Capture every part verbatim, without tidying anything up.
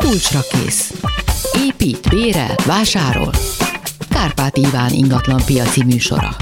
kulcsra kész. Épít, bérel, vásárol. Kárpát Iván ingatlan piaci műsora.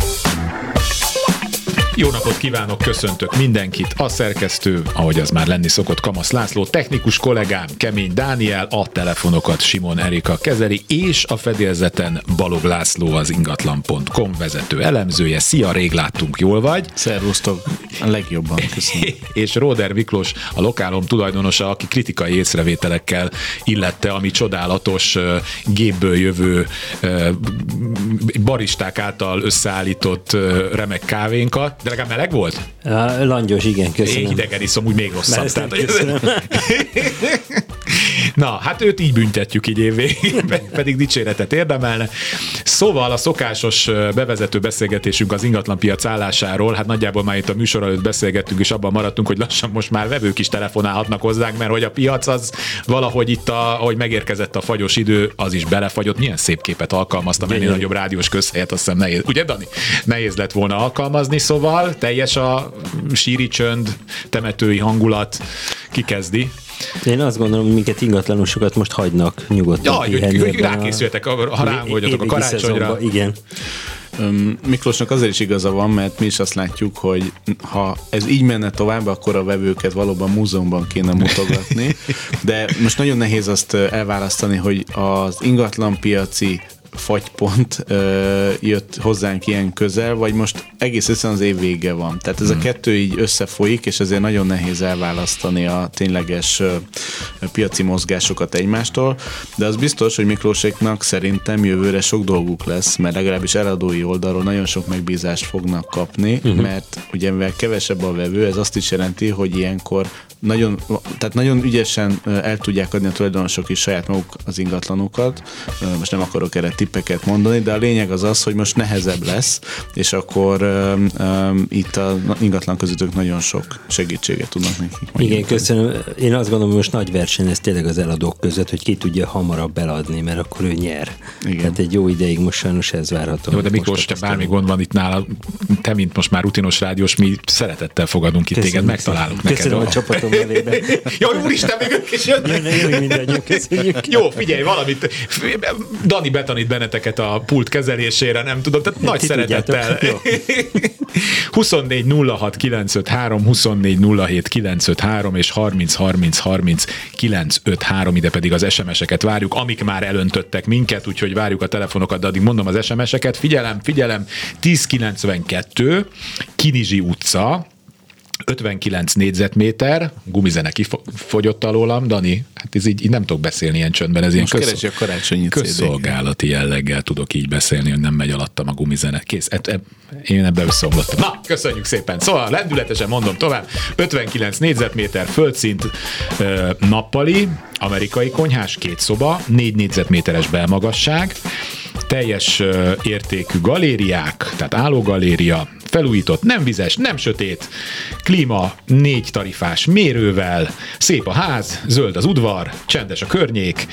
Jó napot kívánok, köszöntök mindenkit, a szerkesztő, ahogy az már lenni szokott, Kamasz László, technikus kollégám Kemény Dániel, a telefonokat Simon Erika kezeli, és a fedélzeten Balog László, az ingatlan pont com vezető elemzője. Szia, rég láttunk, jól vagy? Szervusztok, a legjobban, köszönöm. És Róder Miklós, a lokálom tulajdonosa, aki kritikai észrevételekkel illette a mi csodálatos gépből jövő baristák által összeállított remek kávénkat. De legalább meleg volt? Uh, langyos, igen, köszönöm. Én hidegen iszom, úgy még rosszabb. Tehát, köszönöm. Na, hát őt így büntetjük így évvégén, pedig dicséretet érdemelne. Szóval a szokásos bevezető beszélgetésünk az ingatlanpiac állásáról, hát nagyjából már itt a műsor előtt beszélgettünk, és abban maradtunk, hogy lassan most már vevők is telefonálhatnak hozzánk, mert hogy a piac az valahogy itt, a, ahogy megérkezett a fagyos idő, az is belefagyott. Milyen szép képet alkalmaztam, ennél nagyobb rádiós közhelyet, azt hiszem nehéz. Ugye, Dani? Nehéz lett volna alkalmazni, szóval teljes a síri csönd, temetői hangulat. Ki kezdi? Én azt gondolom, hogy minket ingatlanosokat most hagynak nyugodtan. Ja, hogy, hogy rákészültek, ha ránk vagyatok a karácsonyra. Igen. Um, Miklósnak azért is igaza van, mert mi is azt látjuk, hogy ha ez így menne tovább, akkor a vevőket valóban múzeumban kéne mutogatni, de most nagyon nehéz azt elválasztani, hogy az ingatlanpiaci fagypont ö, jött hozzánk ilyen közel, vagy most egész egyszerűen az év vége van. Tehát ez hmm. a kettő így összefolyik, és ezért nagyon nehéz elválasztani a tényleges ö, piaci mozgásokat egymástól, de az biztos, hogy Miklóséknak szerintem jövőre sok dolguk lesz, mert legalábbis eladói oldalról nagyon sok megbízást fognak kapni, hmm. mert ugye mivel kevesebb a vevő, ez azt is jelenti, hogy ilyenkor nagyon, tehát nagyon ügyesen el tudják adni a tulajdonosok is saját maguk az ingatlanukat. Most nem akarok erre tippeket mondani, de a lényeg az az, hogy most nehezebb lesz, és akkor um, um, itt az ingatlan közöttük nagyon sok segítséget tudnak nekik. Igen, köszönöm. Én azt gondolom, hogy most nagy verseny ez tényleg az eladók között, hogy ki tudja hamarabb eladni, mert akkor ő nyer. Igen. Tehát egy jó ideig most sajnos ez várható. Jó, de Miklós, te bármi gond van itt nála, te, mint most már rutinos rádiós, mi szeretettel fogadunk itt téged, megtalálunk neked. Köszönöm a, a csapatom elébe. Jaj, úristen, még ők is jönnek. Jöjjön mindannyian, köszönjük. Jó, figyelj, valamit. Dani betanít benneteket a pult kezelésére, nem tudom, tehát nagy szeretettel. huszonnégy nulla hat kilencszázötvenhárom, huszonnégy nulla hét kilencszázötvenhárom és harminc harminc harminc kilencszázötvenhárom, ide pedig az es em es-eket várjuk, amik már elöntöttek minket, úgyhogy várjuk a telefonokat, de addig mondom az es em es-eket. Figyelem, figyelem, tízszázkilencvenkettő, Kinizsi utca, ötvenkilenc négyzetméter, gumizene kifogyott alólam, Dani, hát ez így, így nem tudok beszélni ilyen csöndben, ez most ilyen keresi a karácsonyi közszolgálati jelleggel tudok így beszélni, hogy nem megy alattam a gumizene. Kész, e, e, én ebbe összeomlottam. Na, köszönjük szépen. Szóval lendületesen mondom tovább, ötvenkilenc négyzetméter, földszint, nappali, amerikai konyhás, két szoba, négy négyzetméteres belmagasság, teljes értékű galériák, tehát állógaléria, felújított, nem vizes, nem sötét, klíma, négy tarifás mérővel, szép a ház, zöld az udvar, csendes a környék.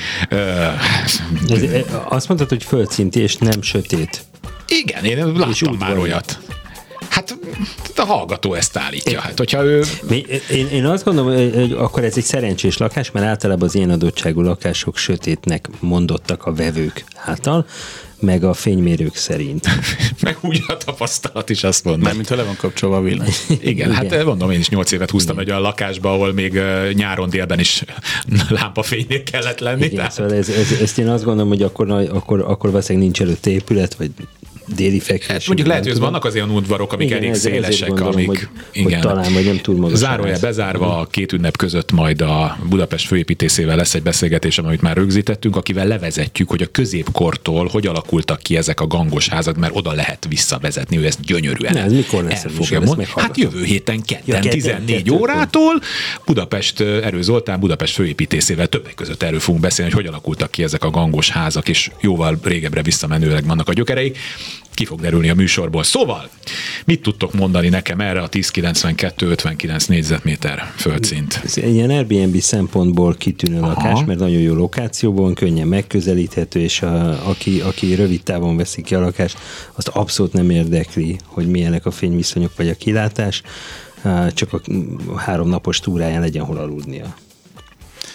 Ez, azt mondtad, hogy földszinti és nem sötét. Igen, én láttam már olyat. Hát a hallgató ezt állítja. Hát, hogyha ő... Én, én azt gondolom, hogy akkor ez egy szerencsés lakás, mert általában az ilyen adottságú lakások sötétnek mondottak a vevők által, meg a fénymérők szerint. Meg úgy a tapasztalat is azt mondom. Mert mintha le van kapcsolva a villany. Igen, Igen, hát mondom, én is nyolc évet húztam Igen. egy olyan lakásba, ahol még nyáron délben is lámpafénynél kellett lenni. Igen, tehát... szóval ez, ez, ezt én azt gondolom, hogy akkor, akkor, akkor valószínűleg nincs előtt épület, vagy déli fekvés. Hát mondjuk lehet, hogy vannak az olyan udvarok, amik igen, elég ez, szélesek, gondolom, amik hogy, igen, hogy talán, vagy nem túl magas. Zárójel bezárva, a két ünnep között majd a Budapest főépítészével lesz egy beszélgetésem, amit már rögzítettünk, akivel levezetjük, hogy a középkortól hogy alakultak ki ezek a gangos házak, mert oda lehet visszavezetni, ő ezt gyönyörűen ne, ez mikor lesz el fogja mondani. Hát jövő héten kedden ja, tizennégy órától Budapest, Erő Zoltán Budapest főépítészével többek között erről fogunk beszélni, hogy hogy alakultak ki ezek a gangos házak, és jóval régebbre visszamenőleg vannak a gyökereik. Ki fog derülni a műsorból. Szóval, mit tudtok mondani nekem erre a tízszázkilencvenkettő ötvenkilenc négyzetméter földszint? Ez ilyen Airbnb szempontból kitűnő lakás, Aha. mert nagyon jó lokációban, könnyen megközelíthető, és a, aki, aki rövid távon veszi ki a lakást, azt abszolút nem érdekli, hogy milyenek a fényviszonyok vagy a kilátás, csak a három napos túráján legyen hol aludnia.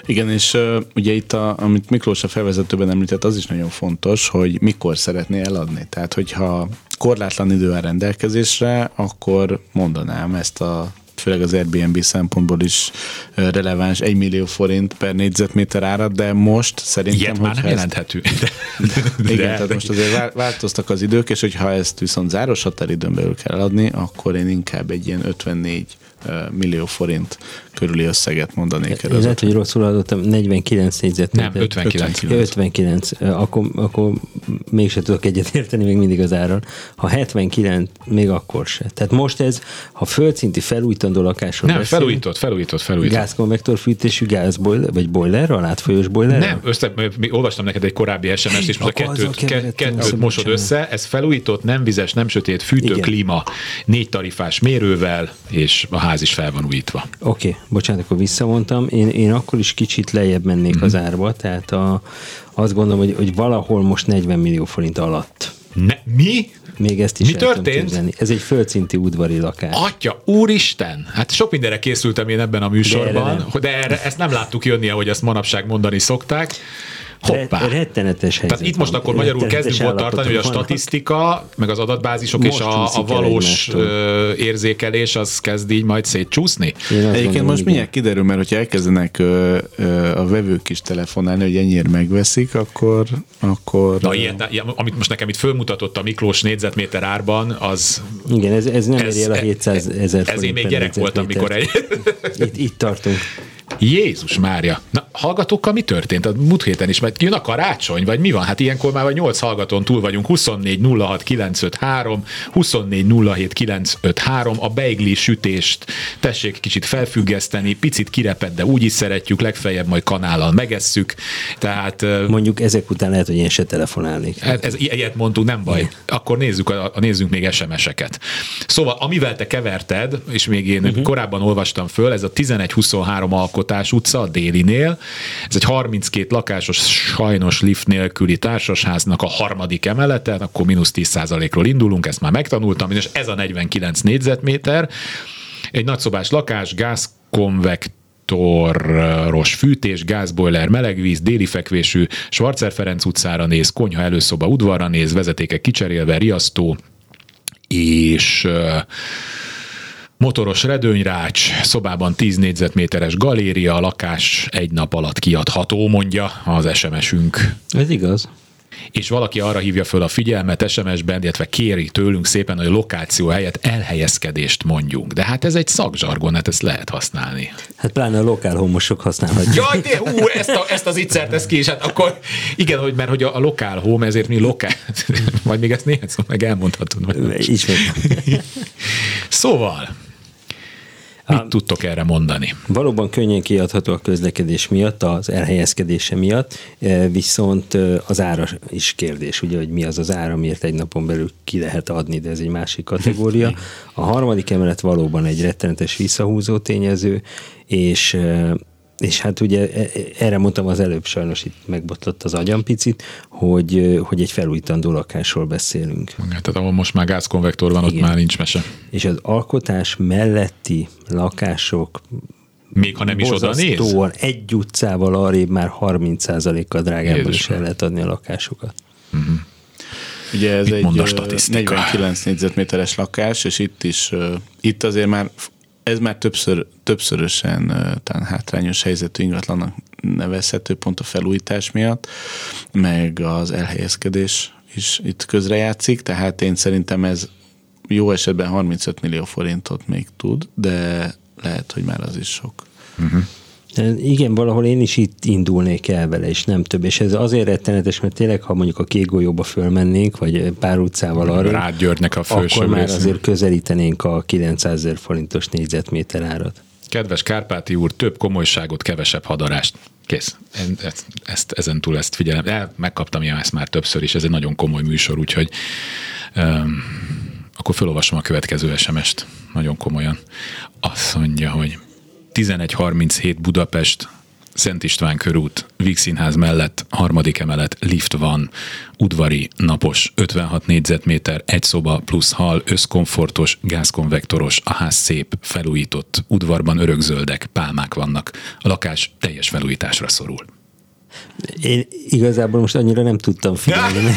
Igen, és uh, ugye itt, a, amit Miklós a felvezetőben említett, az is nagyon fontos, hogy mikor szeretné eladni. Tehát, hogyha korlátlan idő áll rendelkezésre, akkor mondanám ezt a főleg az Airbnb szempontból is releváns egy millió forint per négyzetméter árat, de most szerintem... Ilyet már nem jelenthető. De, de, igen, de, tehát de, most azért változtak az idők, és hogyha ezt viszont záros határidőn belül kell eladni, akkor én inkább egy ilyen ötvennégy millió forint körüli összeget mondanék el. Én lehet, hogy rosszul adottam, negyvenkilenc négyzetméter. Nem, ötvenkilenc. ötvenkilenc. Akkor, akkor mégse tudok egyet érteni még mindig az áron. Ha hetvenkilenc, még akkor se. Tehát most ez, ha földszinti felújítandó lakásról Nem, beszélünk, felújított, felújított, felújított. Gázkonvektorfűtésű gázboiler, vagy boiler, a látfolyós boiler? Nem, össze, olvastam neked egy korábbi es em es-t, és most a kettőt, ke, kettőt mosod össze. Ez felújított, nem vizes, nem sötét, fűtő, igen. Klíma, négy tarifás mérővel, és a ház is fel van újítva. Oké, okay, bocsánat, akkor visszamondtam. Én, én akkor is kicsit lejjebb mennék mm-hmm. az árba, tehát a, azt gondolom, hogy, hogy valahol most negyven millió forint alatt. Ne, mi? Még ezt is mi történt? Ez egy földszinti udvari lakás. Atya, úristen! Hát sok mindenre készültem én ebben a műsorban, de, erre de erre, ezt nem láttuk jönni, ahogy ezt manapság mondani szokták. Hoppá. Rettenetes helyzet. Tehát itt most akkor magyarul kezdünk volt tartani, hogy a statisztika, meg az adatbázisok most és a, a valós érzékelés, az kezd így majd szétcsúszni? Egyébként most mindjárt kiderül, mert hogyha elkezdenek ö, ö, a vevők is telefonálni, hogy ennyire megveszik, akkor... akkor Na ilyen, amit most nekem itt fölmutatott a Miklós négyzetméter árban, az... Igen, ez, ez nem éri el a hétszázezer forint. Ez én még gyerek voltam, mikor egy... Itt, itt tartunk. Jézus Mária! Na, hallgatókkal mi történt? A múlt héten is, mert jön a karácsony, vagy mi van? Hát ilyenkor már vagy nyolc hallgatón túl vagyunk. huszonnégy nulla hat kilencszázötvenhárom, huszonnégy nulla hét kilencszázötvenhárom, a beigli sütést tessék kicsit felfüggeszteni, picit kireped, de úgy is szeretjük, legfeljebb majd kanállal megesszük. Tehát... Mondjuk ezek után lehet, hogy én se telefonálnék. Ez, ez, ilyet mondtunk, nem baj. Akkor nézzük, a, nézzünk még es em es-eket. Szóval, amivel te keverted, és még én uh-huh. korábban olvastam föl, ez a tizenegy huszonhárom Alkotás utca, a Délinél. Ez egy harminckét lakásos, sajnos lift nélküli társasháznak a harmadik emelete, akkor mínusz tíz százalékról indulunk, ezt már megtanultam, és ez a negyvenkilenc négyzetméter. Egy nagyszobás lakás, gázkonvektoros fűtés, gázboiler, melegvíz, déli fekvésű, Schwarzer Ferenc utcára néz, konyha, előszoba, udvarra néz, vezetékek kicserélve, riasztó, és motoros redőnyrács, szobában tíz négyzetméteres galéria, lakás egy nap alatt kiadható, mondja az es em es-ünk. Ez igaz. És valaki arra hívja föl a figyelmet es em es-ben, illetve kéri tőlünk szépen, hogy a lokáció helyett elhelyezkedést mondjunk. De hát ez egy szakzsargon, hát ezt lehet használni. Hát pláne a lokál homosok használhatják. Jaj, de hú, ezt, a, ezt az ittszert, ezt ki is, hát akkor igen, hogy, mert hogy a, a lokál home, ezért mi lokál, majd még ezt néhány szó meg elmondhatod. Ismét. Szóval, mit a, tudtok erre mondani? Valóban könnyen kiadható a közlekedés miatt, az elhelyezkedése miatt, viszont az ára is kérdés, ugye, hogy mi az az ára, miért egy napon belül ki lehet adni, de ez egy másik kategória. A harmadik emelet valóban egy rettenetes visszahúzó tényező, és És hát ugye erre mondtam az előbb, sajnos itt megbotlott az agyam picit, hogy, hogy egy felújítandó lakásról beszélünk. Tehát ahol most már gázkonvektor van, igen. Ott már nincs mese. És az alkotás melletti lakások még ha nem is oda néz? Egy utcával arrébb már harminc százalékkal drágábban is el lehet adni a lakásokat. Uh-huh. Ugye ez Mit egy negyvenkilenc négyzetméteres lakás, és itt is, uh, itt azért már ez már többször, többszörösen talán hátrányos helyzetű ingatlannak nevezhető pont a felújítás miatt, meg az elhelyezkedés is itt közrejátszik, tehát én szerintem ez jó esetben harmincöt millió forintot még tud, de lehet, hogy már az is sok. Uh-huh. Igen, valahol én is itt indulnék el vele, és nem több. És ez azért rettenetes, mert tényleg, ha mondjuk a Kék golyóba fölmennénk, vagy pár utcával arra, Rád Györgynek a felső akkor már részén. azért közelítenénk a kilencszázezer forintos négyzetméter árat. Kedves Kárpáti úr, több komolyságot, kevesebb hadarást. Kész. Ezt, ezt, ezen túl ezt figyelem. El, megkaptam ilyen ezt már többször is, ez egy nagyon komoly műsor, úgyhogy um, akkor felolvasom a következő es em est. Nagyon komolyan. Azt mondja, hogy tizenegy harminchét Budapest, Szent István körút, Víg Színház mellett, harmadik emelet, lift van, udvari, napos, ötvenhat négyzetméter, egy szoba plusz hal, összkomfortos, gázkonvektoros, a ház szép, felújított, udvarban örökzöldek, pálmák vannak. A lakás teljes felújításra szorul. Én igazából most annyira nem tudtam figyelni.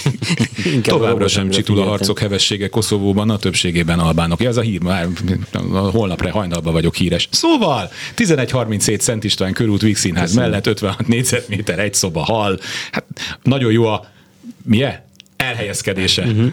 Továbbra sem csitul a harcok hevessége Koszovóban, a többségében albánok. Ja, ez a hír, már holnapra hajnalba vagyok híres. Szóval tizenegy harminchét Szent István körút, Víg Színház mellett, ötvenhat négyzetméter, egy szoba, hal. Hát nagyon jó a milyen? Elhelyezkedése. Uh-huh.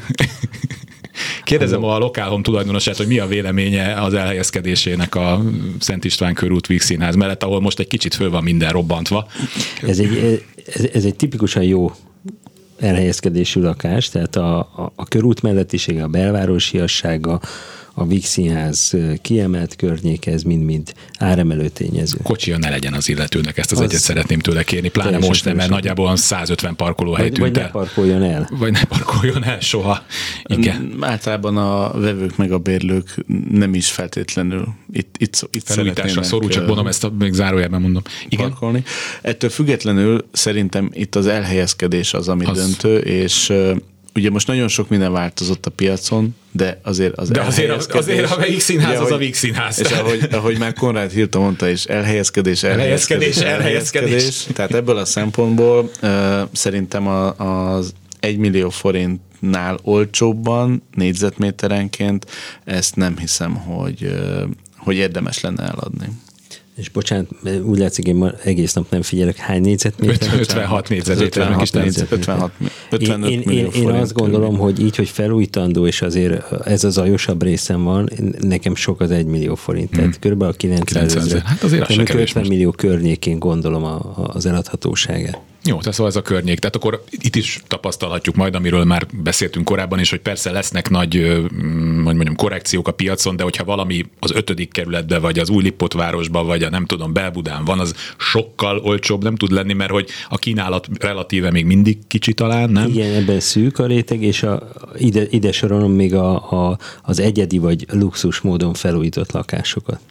Kérdezem a Lokálhome tulajdonosát, hogy mi a véleménye az elhelyezkedésének a Szent István körút, Víg Színház mellett, ahol most egy kicsit föl van minden robbantva. Ez egy, ez, ez egy tipikusan jó elhelyezkedésű lakás, tehát a, a, a körút mellettisége, a belvárosiassága, a Víg Színház kiemelt környéke, ez mind-mind áremelő tényező. Kocsia ne legyen az illetőnek, ezt az, az egyet szeretném tőle kérni, pláne most nem, mert nagyjából százötven parkolóhely vagy, tűnt vagy el. ne parkoljon el. Vagy ne parkoljon el soha. Igen. Általában a vevők meg a bérlők nem is feltétlenül itt, itt, itt felújításra szorul, csak mondom, ezt a, még zárójelben mondom. Igen. Parkolni. Ettől függetlenül szerintem itt az elhelyezkedés az, ami az... döntő, és ugye most nagyon sok minden változott a piacon, de azért az de azért, azért a Víg Színház ugye, az a Víg Színház. És ahogy, ahogy már Konrád Hirta mondta is, elhelyezkedés, elhelyezkedés, elhelyezkedés. elhelyezkedés. Tehát ebből a szempontból uh, szerintem a, az egymillió forintnál olcsóbban négyzetméterenként ezt nem hiszem, hogy, uh, hogy érdemes lenne eladni. És bocsánat, úgy látszik, én ma egész nap nem figyelek, hány négyzetméter? ötvenhat négyzetméter. ötvenhat, ötvenöt én, millió én, én azt gondolom, hogy így, hogy felújítandó, és azért ez a zajosabb részem van, nekem sok az egy millió forint, tehát hmm. kb. A kilencszázezer. Hát azért az se kevés ötven millió környékén gondolom a, az eladhatóságát. Jó, tehát szóval ez a környék. Tehát akkor itt is tapasztalhatjuk majd, amiről már beszéltünk korábban is, hogy persze lesznek nagy, hogy mondjam, korrekciók a piacon, de hogyha valami az ötödik kerületben, vagy az Újlippotvárosban, vagy a nem tudom, Belbudán van, az sokkal olcsóbb nem tud lenni, mert hogy a kínálat relatíve még mindig kicsi talán, nem? Igen, ebben szűk a réteg, és a, ide, ide sorolom még a, a, az egyedi vagy luxus módon felújított lakásokat.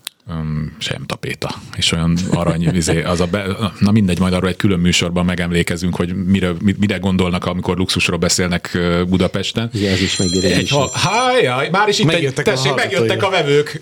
Um, sem tapéta, és olyan arany, vizé, az a be, na mindegy, majd arról egy külön műsorban megemlékezünk, hogy mire, mire gondolnak, amikor luxusról beszélnek Budapesten. Igen, ez is megérés. Ha, hájjaj, már is itt megjöttek, egy, tessék, a megjöttek a vevők.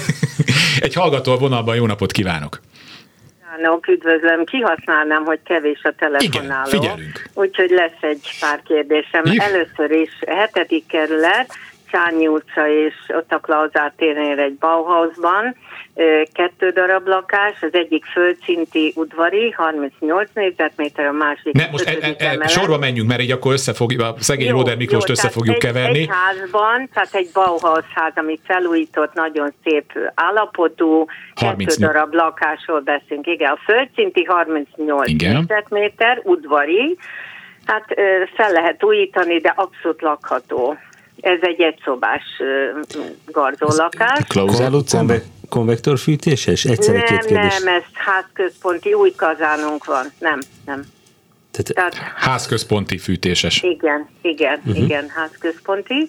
Egy hallgató a vonalban, jó napot kívánok! Kívánok, üdvözlöm, kihasználnám, hogy kevés a telefonáló. Igen, figyelünk. Úgyhogy lesz egy pár kérdésem. Juk. Először is hetedik kerület, Csányi utca és ott a Klauzár térnél egy Bauhausban, kettő darab lakás, az egyik földszinti udvari, harmincnyolc négyzetméter, a másik ne, most e, e, e, sorba menjünk, mert így akkor összefogjuk, a szegény Róder Miklóst össze fogjuk keverni. Egy házban, tehát egy Bauhaus ház, amit felújított, nagyon szép állapotú, kettő darab lakásról beszélünk. Igen, a földszinti harmincnyolc négyzetméter, udvari, hát fel lehet újítani, de abszolút lakható. Ez egy egyszobás garzólakás. Klauzál utcában? Konvektorfűtéses? Egyszerre nem, két kérdés. Nem, ez házközponti, új kazánunk van. Nem, nem. Tehát, Tehát, házközponti fűtéses. Igen, igen, uh-huh. igen, házközponti.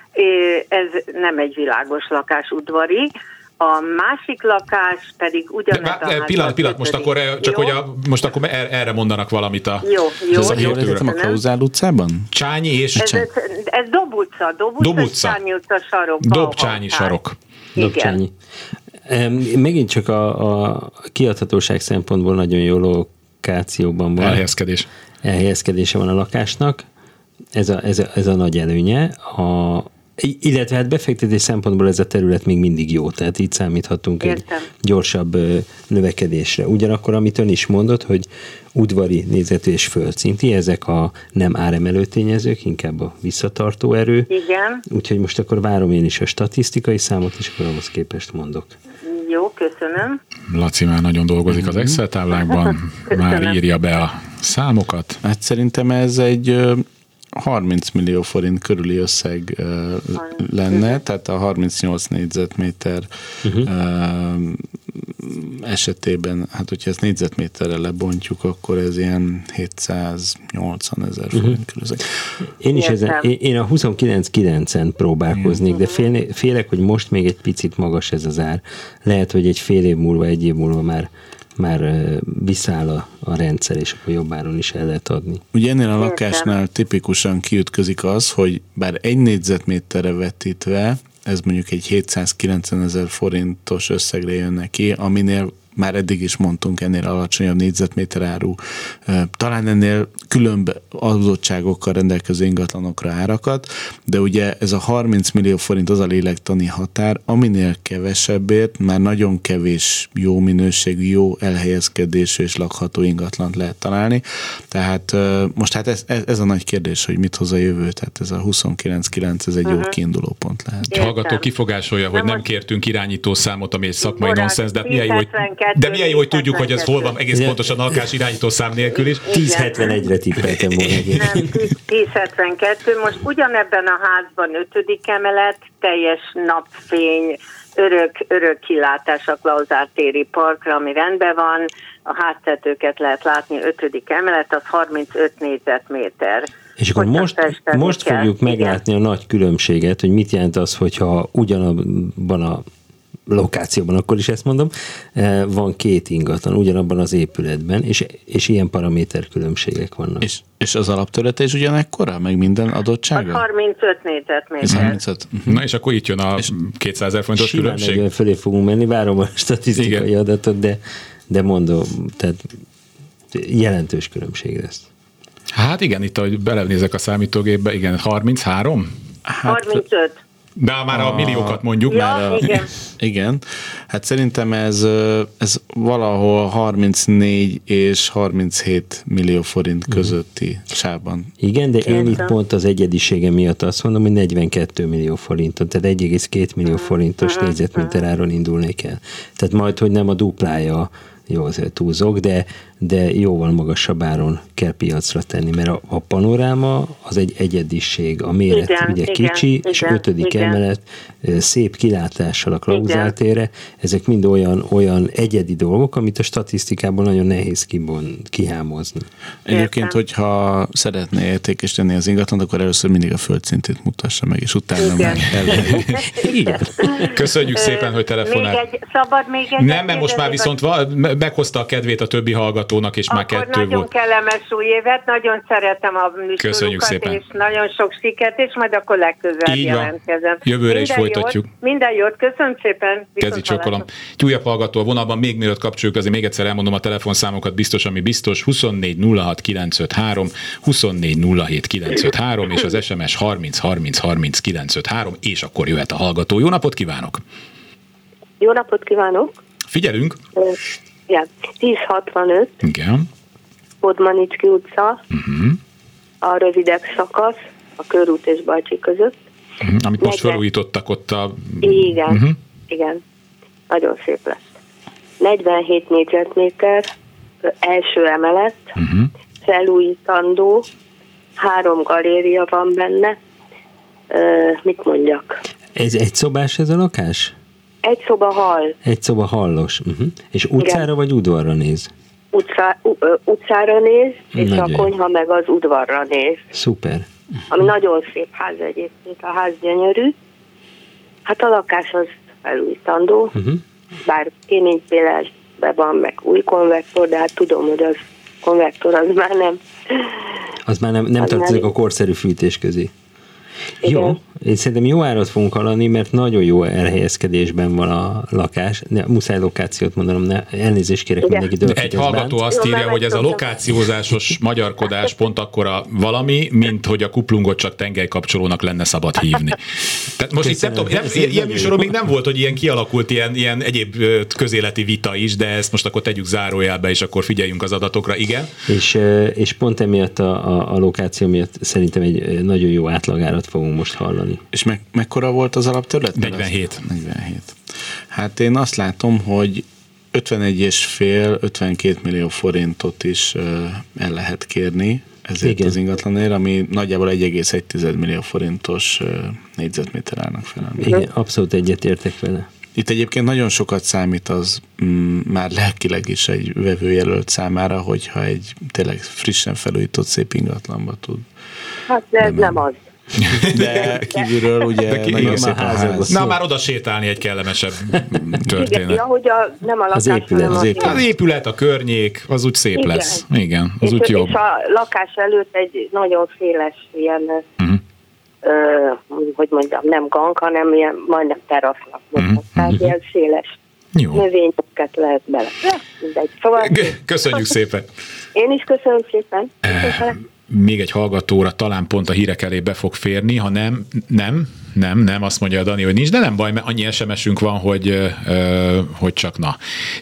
Ez nem egy világos lakás, udvari. A másik lakás pedig ugyanez de, a ház. Pillanat, pillanat, most akkor, csak hogy a, most akkor erre mondanak valamit a... Jó, jó. Ez jó, a Klauzál utcában? Csányi és... Ez, ez, ez Dob utca, Dob utca, Dob utca. Csányi utca sarok. Dob Csányi sarok. Dob Csányi. Megint csak a, a kiadhatóság szempontból nagyon jó lokációban van. Elhelyezkedés. Elhelyezkedése van a lakásnak. Ez a, ez a, ez a nagy előnye. A, illetve hát befektetés szempontból ez a terület még mindig jó, tehát így számíthatunk Értem. egy gyorsabb növekedésre. Ugyanakkor, amit ön is mondott, hogy udvari nézetű és földszinti, ezek a nem áremelő tényezők, inkább a visszatartó erő. Igen. Úgyhogy most akkor várom én is a statisztikai számot, és akkor ahhoz képest mondok. Jó, köszönöm. Laci már nagyon dolgozik az Excel táblákban, már írja be a számokat. Hát szerintem ez egy harminc millió forint körüli összeg uh, lenne, tehát a harmincnyolc négyzetméter uh-huh. uh, esetében, hát hogyha ezt négyzetméterre lebontjuk, akkor ez ilyen hétszáznyolcvan ezer forint uh-huh. körül. Én is ezen, én a huszonkilenc kilencen próbálkoznék, de fél, félek, hogy most még egy picit magas ez az ár. Lehet, hogy egy fél év múlva, egy év múlva már már visszaáll a, a rendszer, és akkor jobb áron is el lehet adni. Ugye ennél a lakásnál tipikusan kiütközik az, hogy bár egy négyzetméterre vetítve, ez mondjuk egy hétszázkilencven ezer forintos összegre jön neki, aminél már eddig is mondtunk, ennél alacsonyabb négyzetméter áru, talán ennél különb adottságokkal rendelkező ingatlanokra árakat, de ugye ez a harminc millió forint az a lélektani határ, aminél kevesebbért már nagyon kevés jó minőségű, jó elhelyezkedésű és lakható ingatlant lehet találni. Tehát most hát ez, ez a nagy kérdés, hogy mit hoz a jövő, tehát ez a huszonkilenc kilenc, ez egy uh-huh. jó kiinduló pont lehet. Értem. Hallgató kifogásolja, hogy nem kértünk irányítószámot, ami egy szakmai nonsens, de milyen jó, hogy De milyen jó, hogy tudjuk, hogy ez hol van egész pontosan a lakás irányítószám nélkül is. tíz hetvenegyre tippeltem volna. Nem, tíz hetvenkettő. Most ugyanebben a házban ötödik emelet, teljes napfény, örök, örök kilátás a Klauzár téri parkra, ami rendben van. A háztetőket lehet látni, ötödik emelet, az harmincöt négyzetméter. És akkor Hogyan most, most fogjuk kell. meglátni Igen. a nagy különbséget, hogy mit jelent az, hogyha ugyanabban a lokációban, akkor is ezt mondom, van két ingatlan ugyanabban az épületben, és, és ilyen paraméter különbségek vannak. És, és az alapterülete is ugyanekkora, meg minden adottsága? Az harmincöt négyzetméter. harmincöt. Na és akkor itt jön a kétszázezer forintos különbség. Simán fölé fogunk menni, várom a statisztikai Igen. adatot, de, de mondom, tehát jelentős különbség lesz. Hát igen, itt ahogy belenézek a számítógépbe, igen, harminchárom? Hát, harmincöt. De már a, a milliókat mondjuk. Ja, már a... igen. igen. Hát szerintem ez, ez valahol harmincnégy és harminchét millió forint közötti sávban. Igen, de én itt pont az egyedisége miatt azt mondom, hogy negyvenkét millió forinton, tehát egy egész két millió forintos négyzetméter áron indulnék el. Tehát majd, hogy nem a duplája, jó, azért túlzok, de, de jóval magasabb áron kell piacra tenni, mert a, a panoráma az egy egyediség, a méret igen, ugye igen, kicsi, igen, és ötödik igen. emelet, szép kilátással a Klauzár térre, ezek mind olyan, olyan egyedi dolgok, amit a statisztikában nagyon nehéz kibon, kihámozni. Egyébként, hogyha szeretné értékesíteni az ingatlant, akkor először mindig a földszintét mutassa meg, és utána igen. meg igen. Köszönjük szépen, hogy telefonál. Még egy, szabad még egy Nem, mert most már viszont meghozta a kedvét a többi hallgatónak, és akkor már kettő nagyon volt. kellemes új évet, nagyon szeretem a műsorokat, és nagyon sok sikert, és majd akkor legközelebb jelentkezem. Jövőre minden is folytatjuk. Jót, minden jót, köszönöm szépen. Kezi csokolom. Egy újabb hallgató a vonalban, még mielőtt kapcsoljuk, azért még egyszer elmondom a telefonszámokat, biztos, ami biztos, huszonnégy nulla hat kilencszázötvenhárom, huszonnégy nulla hét kilencszázötvenhárom, és az es em es harminc harminc harminc kilencszázötvenhárom, és akkor jöhet a hallgató. Jó napot kívánok! Jó napot kívánok! Figyelünk! Ja, tíz hatvanöt. Igen. Podmanicki utca. Uh-huh. A rövidebb szakasz, a Körút és Bajcsi között. Uh-huh. Amit most felújítottak ott a... Igen, uh-huh. igen. Nagyon szép lesz. negyvenhét négyzetméter, első emelet, uh-huh. felújítandó, három galéria van benne. Uh, mit mondjak? Ez egy szobás ez a lakás? Egy szoba hall. Egy szoba hallos. Uh-huh. És utcára igen. vagy udvarra néz? Utcá, uh, utcára néz, és nagyon a konyha meg az udvarra néz. Szuper. Ami nagyon szép ház egyébként, a ház gyönyörű. Hát a lakás az felújítandó, uh-huh. bár kéménypélesben van meg új konvektor, de hát tudom, hogy az konvektor az már nem. Az már nem, nem tartozik nem. a korszerű fűtés közé. Igen. Jó, én szerintem jó árat fogunk hallani, mert nagyon jó elhelyezkedésben van a lakás. Ne, muszáj lokációt mondanom, ne, elnézést kérek mindenkitől. Egy hallgató bánt. Azt írja, hogy ez a lokációzásos magyarkodás pont akkora valami, mint hogy a kuplungot csak tengelykapcsolónak lenne szabad hívni. Tehát most itt nem tudom, nem, ilyen műsoron még nem volt, hogy ilyen kialakult ilyen, ilyen egyéb közéleti vita is, de ezt most akkor tegyük zárójelbe, és akkor figyeljünk az adatokra, igen. És, és pont emiatt a, a, a lokáció miatt szerintem egy nagyon jó átlagárat fogunk most hallani. És me- mekkora volt az alapterület? negyvenhét. negyvenhét. Hát én azt látom, hogy ötvenegy és fél ötvenkét millió forintot is uh, el lehet kérni ezért igen. az ingatlanért, ami nagyjából egy egész egy millió forintos uh, négyzetméter állnak fel. Igen, abszolút egyetértek vele. Itt egyébként nagyon sokat számít az mm, már lelkileg is egy vevőjelölt számára, hogyha egy tényleg frissen felújított szép ingatlanba tud. Hát de ez nem az. De kívülről ugye de ki, nagyon szép a ház. Na, már oda sétálni egy kellemesebb történet. Igen, ahogy a, nem a lakás, az épület, hanem az, épület. az épület, a környék, az úgy szép igen. lesz. Igen, az és, úgy jobb. És a lakás előtt egy nagyon széles ilyen, uh-huh. ö, hogy mondjam, nem gang, hanem ilyen majdnem terasznak mondhatják, uh-huh. uh-huh. ilyen széles jó. növényeket lehet bele. Ja, mindegy. Szóval, köszönjük szépen. Én is köszönöm szépen. Köszönöm. Még egy hallgatóra talán pont a hírek elé be fog férni, ha nem, nem, nem, nem, azt mondja a Dani, hogy nincs, de nem baj, mert annyi es em es-ünk van, hogy, hogy csak na.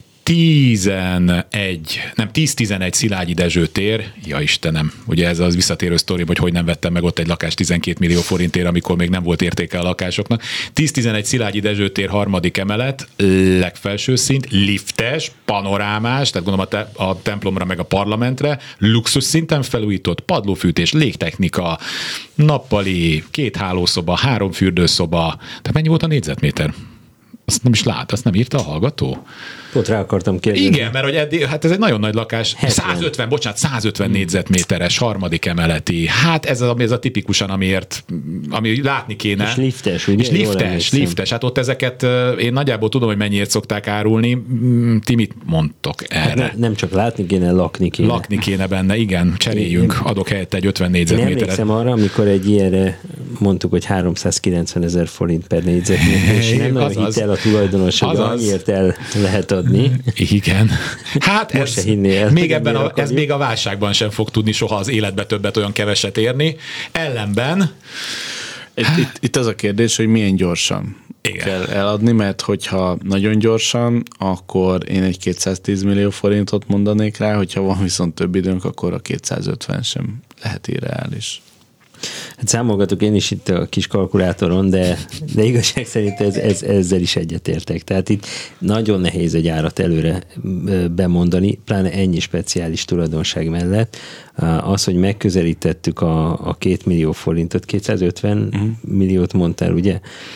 tizenegy, nem tíz tizenegy Szilágyi Dezső tér, ja Istenem, ugye ez az visszatérő sztori, hogy hogy nem vettem meg ott egy lakást tizenkét millió forintért, amikor még nem volt értéke a lakásoknak. tíz tizenegy Szilágyi Dezső tér, harmadik emelet, legfelső szint, liftes, panorámás, tehát gondolom a, te, a templomra meg a parlamentre, luxus szinten felújított, padlófűtés, légtechnika, nappali, két hálószoba, három fürdőszoba, tehát mennyi volt a négyzetméter? Azt nem is lát, azt nem írta a hallgató? Ott rá akartam kérdezni. Igen, mert hogy eddig, hát ez egy nagyon nagy lakás. hetven. százötven, bocsánat, százötven hmm. négyzetméteres, harmadik emeleti. Hát ez a, ez a tipikusan, amiért, ami látni kéne. És liftes, ugye? És liftes, liftes. Hát ott ezeket én nagyjából tudom, hogy mennyiért szokták árulni. Ti mit mondtok erre? Hát ne, nem csak látni kéne, lakni kéne. Lakni kéne benne, igen. Cseréljünk, adok helyette egy ötven négyzetméteret. Én emlékszem arra, amikor egy ilyenre mondtuk, hogy háromszázkilencven ezer forint per négyzetméter, és nem nagyon hitt el a tulajdonos, hogy annyiért el lehet adni. Igen. Hát ez, el, még ebben a, ez még a válságban sem fog tudni soha az életbe többet olyan keveset érni. Ellenben... Itt, itt, itt az a kérdés, hogy milyen gyorsan igen. kell eladni, mert hogyha nagyon gyorsan, akkor én egy kétszáztíz millió forintot mondanék rá, hogyha van viszont több időnk, akkor a kétszázötven sem lehet irreális. Hát számolgatok én is itt a kis kalkulátoron, de, de igazság szerint ez, ez, ezzel is egyetértek. Tehát itt nagyon nehéz egy árat előre bemondani, pláne ennyi speciális tulajdonság mellett. Az, hogy megközelítettük a, a két millió forintot, kétszázötven uh-huh. milliót mondtál, ugye?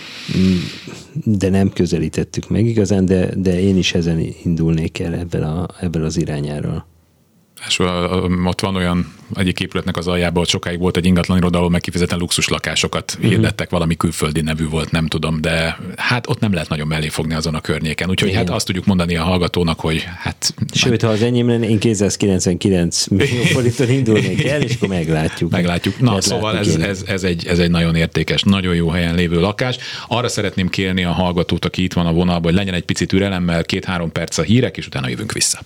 De nem közelítettük meg igazán, de, de én is ezen indulnék el ebből, a, ebből az irányáról. És ott van olyan egyik épületnek az aljában, hogy sokáig volt egy ingatlan iroda, ahol meg kifejezetten luxus lakásokat uh-huh. hirdettek, valami külföldi nevű volt, nem tudom, de hát ott nem lehet nagyon mellé fogni azon a környéken. Úgyhogy igen. hát azt tudjuk mondani a hallgatónak, hogy hát... Sőt, ha az enyém lenne, én kétszázkilencvenkilenc millió forinton indulnék el, és akkor meglátjuk. Meglátjuk. Na, szóval ez, ez, ez, egy, ez egy nagyon értékes, nagyon jó helyen lévő lakás. Arra szeretném kérni a hallgatót, aki itt van a vonalban, hogy legyen egy picit türelemmel, két-három perc a hírek, és utána jövünk vissza.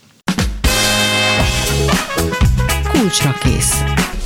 Kulcsra kész.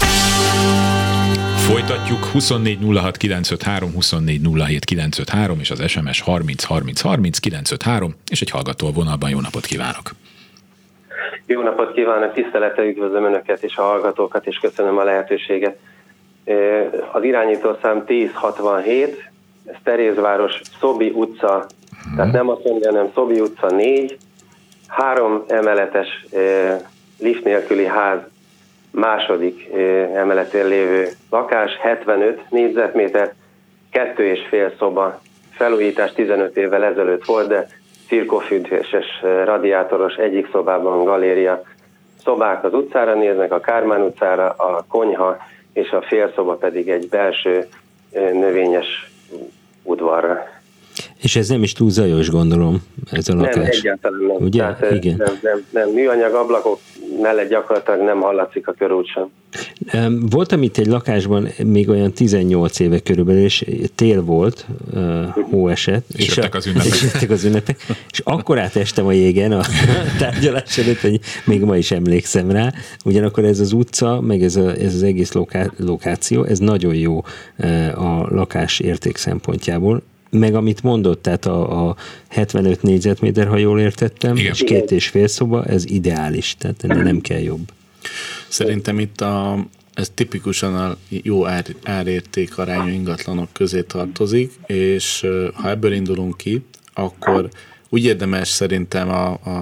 Folytatjuk huszonnégy nulla hat kilencszázötvenhárom, huszonnégy nulla hét kilencszázötvenhárom és az es em es harminc harminc harminc kilencszázötvenhárom, és egy hallgató a vonalban. Jó napot kívánok! Jó napot kívánok! Tisztelettel üdvözlöm Önöket és a hallgatókat, és köszönöm a lehetőséget. Az irányítószám tíz hatvanhét, ez Terézváros, Szobi utca, hmm. tehát nem azt mondja, hanem Szobi utca négy, három emeletes lift nélküli ház második emeletén lévő lakás, hetvenöt négyzetméter, kettő és fél szoba, felújítás tizenöt évvel ezelőtt volt, de cirkofűtéses, radiátoros, egyik szobában galéria. Szobák az utcára néznek, a Kármán utcára, a konyha és a félszoba pedig egy belső növényes udvarra. És ez nem is túl zajos, gondolom, ez a lakás. Nem, egyáltalán nem. Ugye? Tehát, igen. Nem, nem, nem. Műanyag ablakok mellett gyakorlatilag nem hallatszik a körút sem. Voltam itt egy lakásban még olyan tizennyolc éve körülbelül, és tél volt, hó esett. És, és jöttek az ünnepek. És jöttek az ünnepek. És akkor átestem a jégen a tárgyalás előtt, hogy még ma is emlékszem rá. Ugyanakkor ez az utca, meg ez, a, ez az egész loká, lokáció, ez nagyon jó a lakás érték szempontjából. Meg amit mondott, tehát a, a hetvenöt négyzetméter, ha jól értettem, igen. És két és fél szoba, ez ideális, tehát ennél nem kell jobb. Szerintem itt a, ez tipikusan a jó ár, árérték arányú ingatlanok közé tartozik, és ha ebből indulunk ki, akkor úgy érdemes szerintem a, a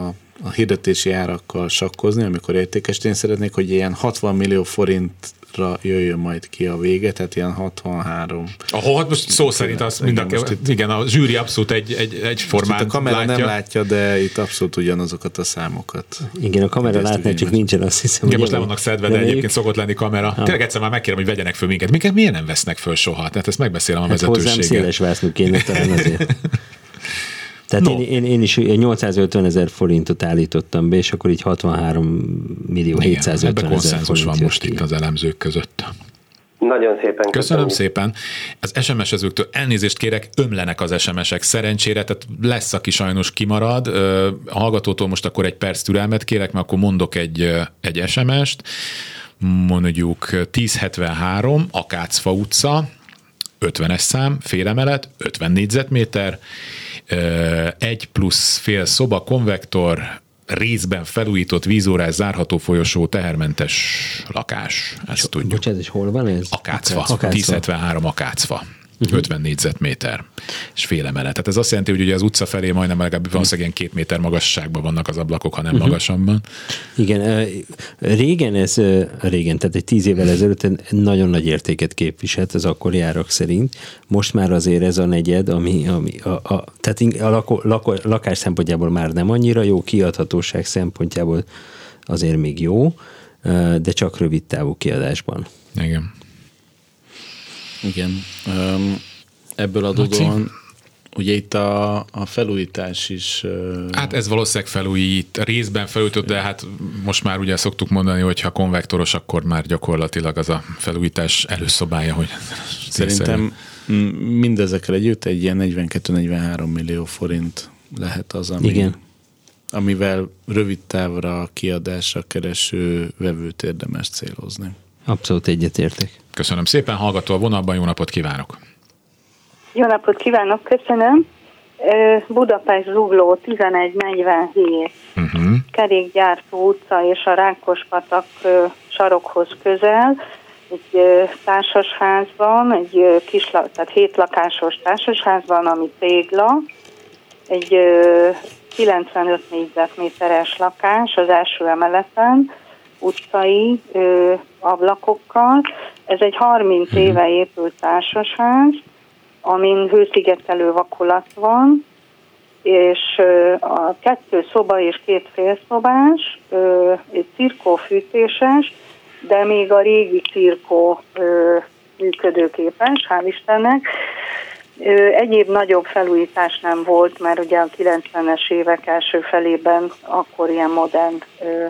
a hirdetési árakkal sakkozni, amikor értékesíteni. Én szeretnék, hogy ilyen hatvan millió forintra jöjjön majd ki a vége, tehát ilyen hatvanhárom. Ahol hát most szó szerint az mind a, itt, igen, a zsűri abszolút egy, egy, egy formán a kamera látja. nem látja, de itt abszolút ugyanazokat a számokat. Igen, a kamera látná, csak nincsen, azt hiszem. Igen, most le vannak szedve, de egyébként szokott lenni kamera. Ha. Tényleg egyszer már megkérem, hogy vegyenek föl minket. Minket miért nem vesznek föl soha? Tehát ezt megbeszélem a hát vezetőséggel. Hozzám széles vásznuk kéne talán azért. Tehát no. én, én, én is nyolcszázötven ezer forintot állítottam be, és akkor így hatvanhárom millió hétszázötven ezer forint van most itt az elemzők között. Nagyon szépen köszönöm. Köszönöm szépen. Az es em es-ezőktől elnézést kérek, ömlenek az es em es-ek szerencsére, tehát lesz, aki sajnos kimarad. A hallgatótól most akkor egy perc türelmet kérek, mert akkor mondok egy, egy es em es-t. Mondjuk tíz hetvenhárom, Akácfa utca, ötvenes szám, félemelet, ötven négyzetméter, egy plusz fél szoba, konvektor, részben felújított vízórás, zárható folyosó, tehermentes lakás. Ezt tudjuk. Bocsánat, és hol van ez? Akácfa. Akácfa. tíz hetvenhárom Akácfa. Uh-huh. ötven négyzetméter és fél emelet. Tehát ez azt jelenti, hogy ugye az utca felé majdnem legalább valószínűleg két méter magasságban vannak az ablakok, ha nem uh-huh. magasabban. Igen, régen ez, régen, tehát egy tíz évvel ezelőtt nagyon nagy értéket képviselt az akkori árak szerint. Most már azért ez a negyed, ami, ami a, a, tehát a lako, lako, lakás szempontjából már nem annyira jó, kiadhatóság szempontjából azért még jó, de csak rövid távú kiadásban. Igen. Igen. Ebből adódóan ugye itt a, a felújítás is... Hát ez valószínűleg felújít, részben felújított, de hát most már ugye szoktuk mondani, hogy ha konvektoros, akkor már gyakorlatilag az a felújítás előszobája, hogy szerintem mindezekkel együtt egy ilyen negyvenkét-negyvenhárom millió forint lehet az, ami, igen. amivel rövid távra kiadásra kereső vevőt érdemes célozni. Abszolút egyetértek. Köszönöm szépen, hallgató a vonalban, jó napot kívánok! Jó napot kívánok, köszönöm. Budapest Zugló tizenegy negyvenhét, uh-huh. Kerékgyártó utca és a Rákospatak sarokhoz közel, egy társasházban, egy kis, tehát hét lakásos társasházban, ami tégla, egy kilencvenöt négyzetméteres lakás az első emeleten, utcai ö, ablakokkal. Ez egy harminc éve épült társasház, amin hőszigetelő vakolat van, és ö, a kettő szoba és két félszobás, ö, egy cirkófűtéses, de még a régi cirkó ö, működőképes, hál' Istennek. Ö, egyéb nagyobb felújítás nem volt, mert ugye a kilencvenes évek első felében akkor ilyen modern ö,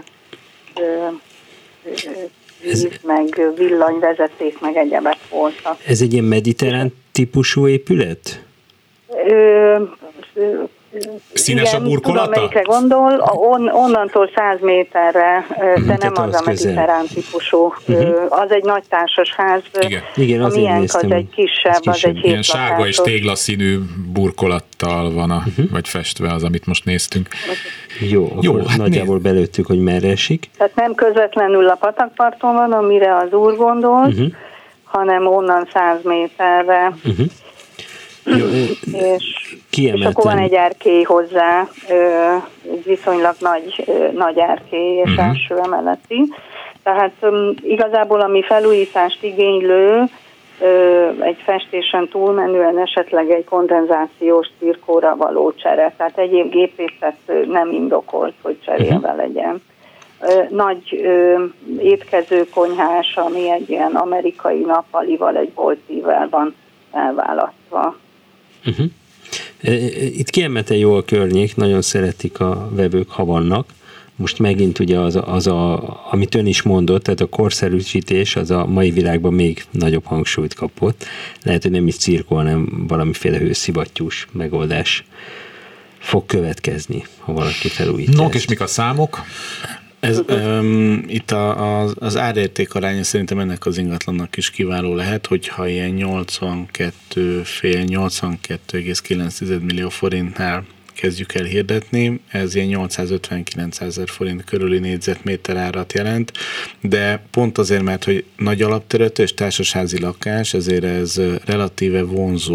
víz, meg villanyvezeték, meg egyebek voltak. Ez egy ilyen mediterrán típusú épület? Ö, ö, Színes igen, a burkolata? Tudom, melyikre gondol, on, onnantól száz méterre, de tehát nem az, az a mediterrán típusú. Uh-huh. Az egy nagy társasház, igen. Igen, a miénk az egy kisebb, az egy hét ilyen sárga és téglaszínű burkolattal van, a, uh-huh. vagy festve az, amit most néztünk. Jó, Jó hát nagyjából néz... belőttük, hogy merre esik. Tehát nem közvetlenül a patakparton van, amire az úr gondol, uh-huh. hanem onnan száz méterre. Uh-huh. Jó, és, és akkor van egy erkély hozzá, egy viszonylag nagy, nagy erkély és uh-huh. első emeleti. Tehát um, igazából ami felújítást igénylő, egy festésen túlmenően esetleg egy kondenzációs cirkóra való csere. Tehát egyéb gépészet nem indokolt, hogy cserélve legyen. Nagy étkezőkonyhás, ami egy ilyen amerikai nappalival, egy boltível van elválasztva. Uh-huh. Itt kiemelte jó a környék, nagyon szeretik a vevők, ha vannak. Most megint ugye az, a, az a, amit ön is mondott, tehát a korszerűsítés az a mai világban még nagyobb hangsúlyt kapott. Lehet, hogy nem is cirkó, hanem valamiféle hőszivattyús megoldás fog következni, ha valaki felújít. No, és mik a számok? Ez, um, itt a, a, az árérték aránya szerintem ennek az ingatlannak is kiváló lehet, hogyha ilyen nyolcvankettő fél nyolcvankettő egész kilenc millió forintnál kezdjük el hirdetni, ez ilyen nyolcszázötven-kilencszázezer forint körüli négyzetméter árat jelent, de pont azért, mert hogy nagy alapterületű és társasházi lakás, ezért ez relatíve vonzó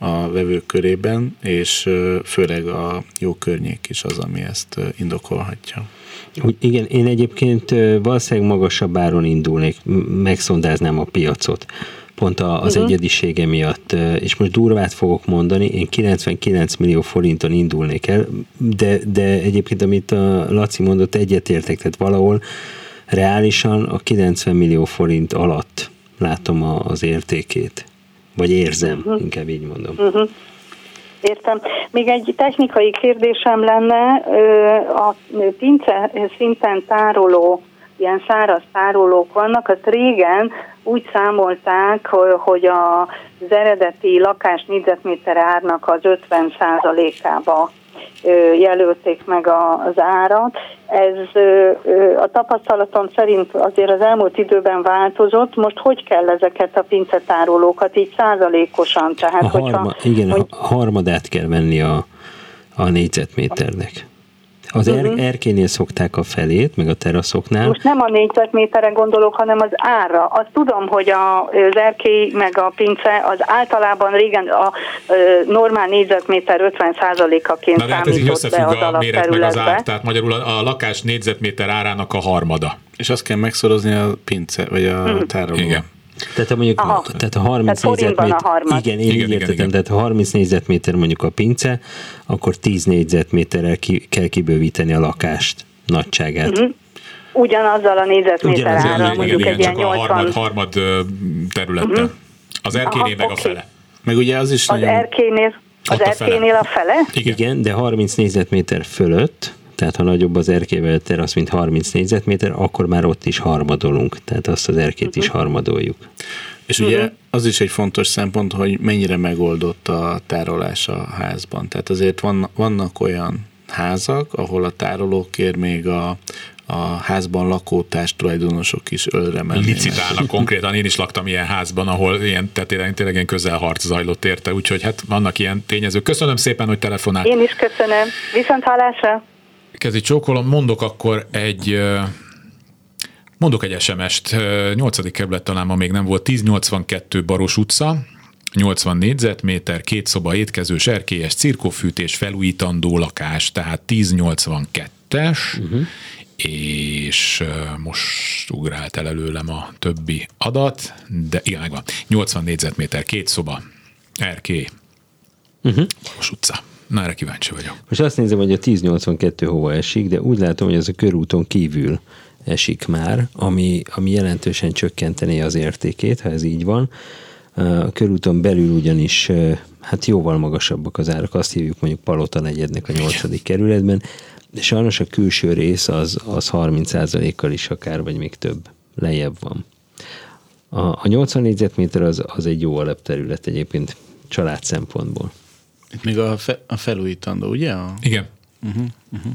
a vevők körében, és főleg a jó környék is az, ami ezt indokolhatja. Igen, én egyébként valószínűleg magasabb áron indulnék, megszondáznám a piacot. Pont az uh-huh. egyedisége miatt, és most durvát fogok mondani, én kilencvenkilenc millió forinton indulnék el, de, de egyébként, amit a Laci mondott, egyetértek, tehát valahol reálisan a kilencven millió forint alatt látom a, az értékét, vagy érzem, uh-huh. inkább így mondom. Uh-huh. Értem. Még egy technikai kérdésem lenne, a pince szinten tároló, ilyen száraz tárolók vannak, azt régen úgy számolták, hogy az eredeti lakás négyzetméter árnak az ötven százalékába jelölték meg az árat. Ez a tapasztalatom szerint azért az elmúlt időben változott. Most hogy kell ezeket a pincetárolókat így százalékosan? Tehát, a harma, hogyha, igen, hogy... a harmadát kell venni a, a négyzetméternek. Az er, uh-huh. erkénél szokták a felét, meg a teraszoknál. Most nem a négyzetméterre gondolok, hanem az árra. Azt tudom, hogy a, az erkély meg a pince az általában régen a, a normál négyzetméter ötven százalékaként számított be az alapterületbe. Tehát magyarul a, a lakás négyzetméter árának a harmada. És azt kell megszorozni a pince, vagy a uh-huh. tároló. Igen. Tehát mondjuk tehát a harminc négyzetméter, igen, én igen, így értettem, igen. tehát ha harminc négyzetméter mondjuk a pince, akkor tíz négyzetméterrel ki, kell kibővíteni a lakást nagyságát. Uh-huh. Ugyanazzal a négyzetméter ára, mondjuk igen, egy ilyen csak nyolcvan. a harmad, harmad területtel. Uh-huh. Az erkélynél meg okay. a fele. Meg ugye az is az nagyon... erkélynél, az erkélynél a fele? Igen. igen, de harminc négyzetméter fölött, tehát ha nagyobb az erkélyvel terasz, mint harminc négyzetméter, akkor már ott is harmadolunk, tehát azt az erkét uh-huh. is harmadoljuk. És ugye uh-huh. az is egy fontos szempont, hogy mennyire megoldott a tárolás a házban. Tehát azért van, vannak olyan házak, ahol a tárolókért még a, a házban lakó társtulajdonosok is ölre mennének. Licitálnak konkrétan, én is laktam ilyen házban, ahol ilyen, tehát tényleg, tényleg ilyen közelharc zajlott érte, úgyhogy hát vannak ilyen tényezők. Köszönöm szépen, hogy telefonál. Én is köszönöm. Viszont hallásra. Kezi csókolom, mondok akkor egy mondok egy es em est, nyolcadik kerület talán ma még nem volt, tíznyolcvankettő Baros utca, nyolcvan négyzetméter, két szoba, étkezős, erkélyes, cirkófűtés, felújítandó lakás, tehát tíznyolcvankettes, uh-huh. és most ugrált el előlem a többi adat, de igen, megvan, nyolcvan négyzetméter, két szoba, erkély, uh-huh. Baros utca. Na, erre kíváncsi vagyok. Most azt nézem, hogy a tíznyolcvankettő hova esik, de úgy látom, hogy ez a körúton kívül esik már, ami, ami jelentősen csökkentené az értékét, ha ez így van. A körúton belül ugyanis hát jóval magasabbak az árak, azt hívjuk mondjuk Palota negyednek a nyolcadik kerületben, de sajnos a külső rész az, az harminc százalékkal is akár, vagy még több lejjebb van. A, a nyolcvan négyzetméter az, az egy jó alapterület egyébként család szempontból. Itt még a, fe, a felújítandó, ugye? A... Igen. Uh-huh, uh-huh.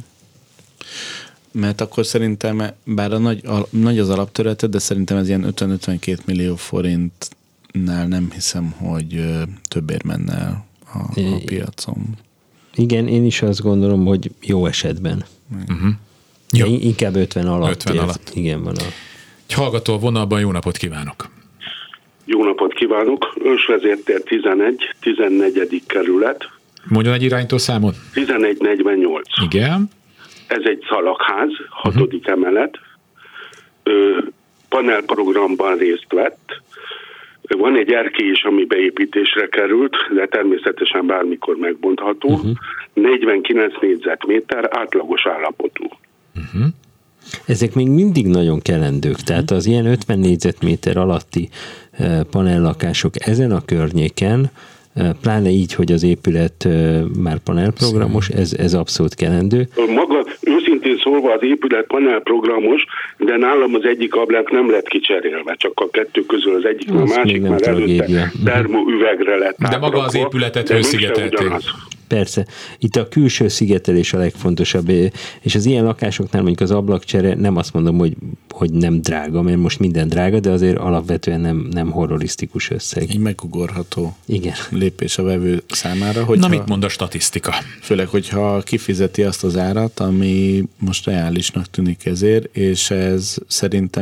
Mert akkor szerintem, bár a nagy, a, nagy az alapterülete, de szerintem ez ilyen ötven-ötvenkét millió forintnál nem hiszem, hogy többért menne el a, a piacon. Igen, én is azt gondolom, hogy jó esetben. Uh-huh. Jó. Inkább ötven alatt. ötven alatt. Igen, van a... Egy hallgató a vonalban, jó napot kívánok! Jó napot kívánok! Ősvezértér tizenegy, tizennegyedik kerület. Mondjon egy irányítószámot. tizenegy negyvennyolc. Igen. Ez egy szalagház, hatodik uh-huh. emelet. Ö, panelprogramban részt vett. Van egy erkély is, ami beépítésre került, de természetesen bármikor megbontható. Uh-huh. negyvenkilenc négyzetméter, átlagos állapotú. Uh-huh. Ezek még mindig nagyon kelendők, uh-huh. tehát az ilyen ötven négyzetméter alatti panellakások ezen a környéken, pláne így, hogy az épület már panelprogramos, ez, ez abszolút kelendő. Maga, őszintén szólva az épület panelprogramos, de nálam az egyik ablak nem lett kicserélve, csak a kettő közül az egyik, a másik már előtte termoüvegre lett. De maga az épületet hőszigetelték. Persze. Itt a külső szigetelés a legfontosabb, és az ilyen lakásoknál mondjuk az ablakcsere nem azt mondom, hogy, hogy nem drága, mert most minden drága, de azért alapvetően nem, nem horrorisztikus összeg. Egy megugorható Igen. lépés a vevő számára. Hogyha, Na mit mond a statisztika? Főleg, hogyha kifizeti azt az árat, ami most reálisnak tűnik ezért, és ez szerintem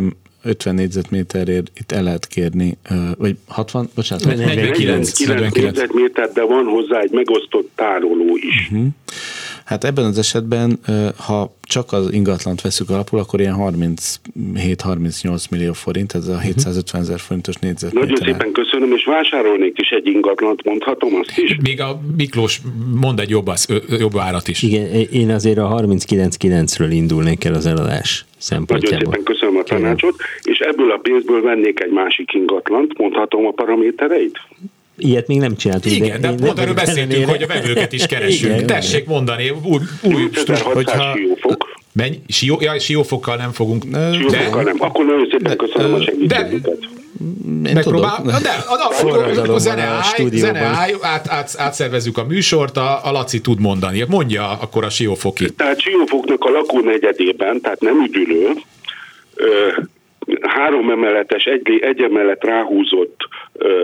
ötven négyzetméterért itt el lehet kérni, vagy hatvan, bocsánat, negyvenkilenc négyzetméter, de van hozzá egy megosztott tároló is. Uh-huh. Hát ebben az esetben, ha csak az ingatlant veszük alapul, akkor ilyen harminchét-harmincnyolc millió forint, ez a hétszázötven ezer forintos négyzetméter. Nagyon szépen köszönöm, és vásárolnék is egy ingatlant, mondhatom azt is? Még a Miklós mond egy jobb, az, jobb árat is. Igen, én azért a harminckilenc kilencről indulnék el az eladás szempontjából. Nagyon szépen köszönöm a tanácsot, és ebből a pénzből vennék egy másik ingatlant, mondhatom a paramétereit? Ilyet még nem csináltunk. Igen, de, de pont erről beszéltünk, hogy a vevőket is keresünk. Igen, Tessék mondani, új, új hogyha... siófok. Menj, sió, ja, siófokkal nem fogunk. Siófokkal nem, akkor nagyon szépen köszönöm a segítségüket. Megpróbál, de, de a, a zene állj, zene állj át, át, átszervezzük a műsort, a, a Laci tud mondani. Mondja akkor a siófoki. Tehát Siófoknak a lakónegyedében, tehát nem üdülő, ö, három emeletes, egy, egy emelet ráhúzott ö,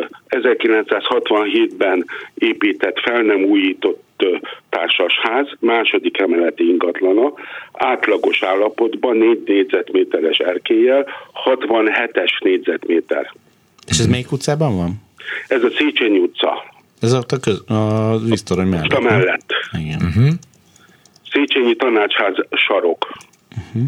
ezerkilencszázhatvanhétben épített, fel nem újított ö, társasház, második emeleti ingatlana, átlagos állapotban négy négyzetméteres erkéllyel, hatvanhetes négyzetméter. És ez melyik utcában van? Ez a Széchenyi utca. Ez a, köz, a víztorony mellett. A mellett. Igen. Uh-huh. Széchenyi tanácsház sarok. Uh-huh.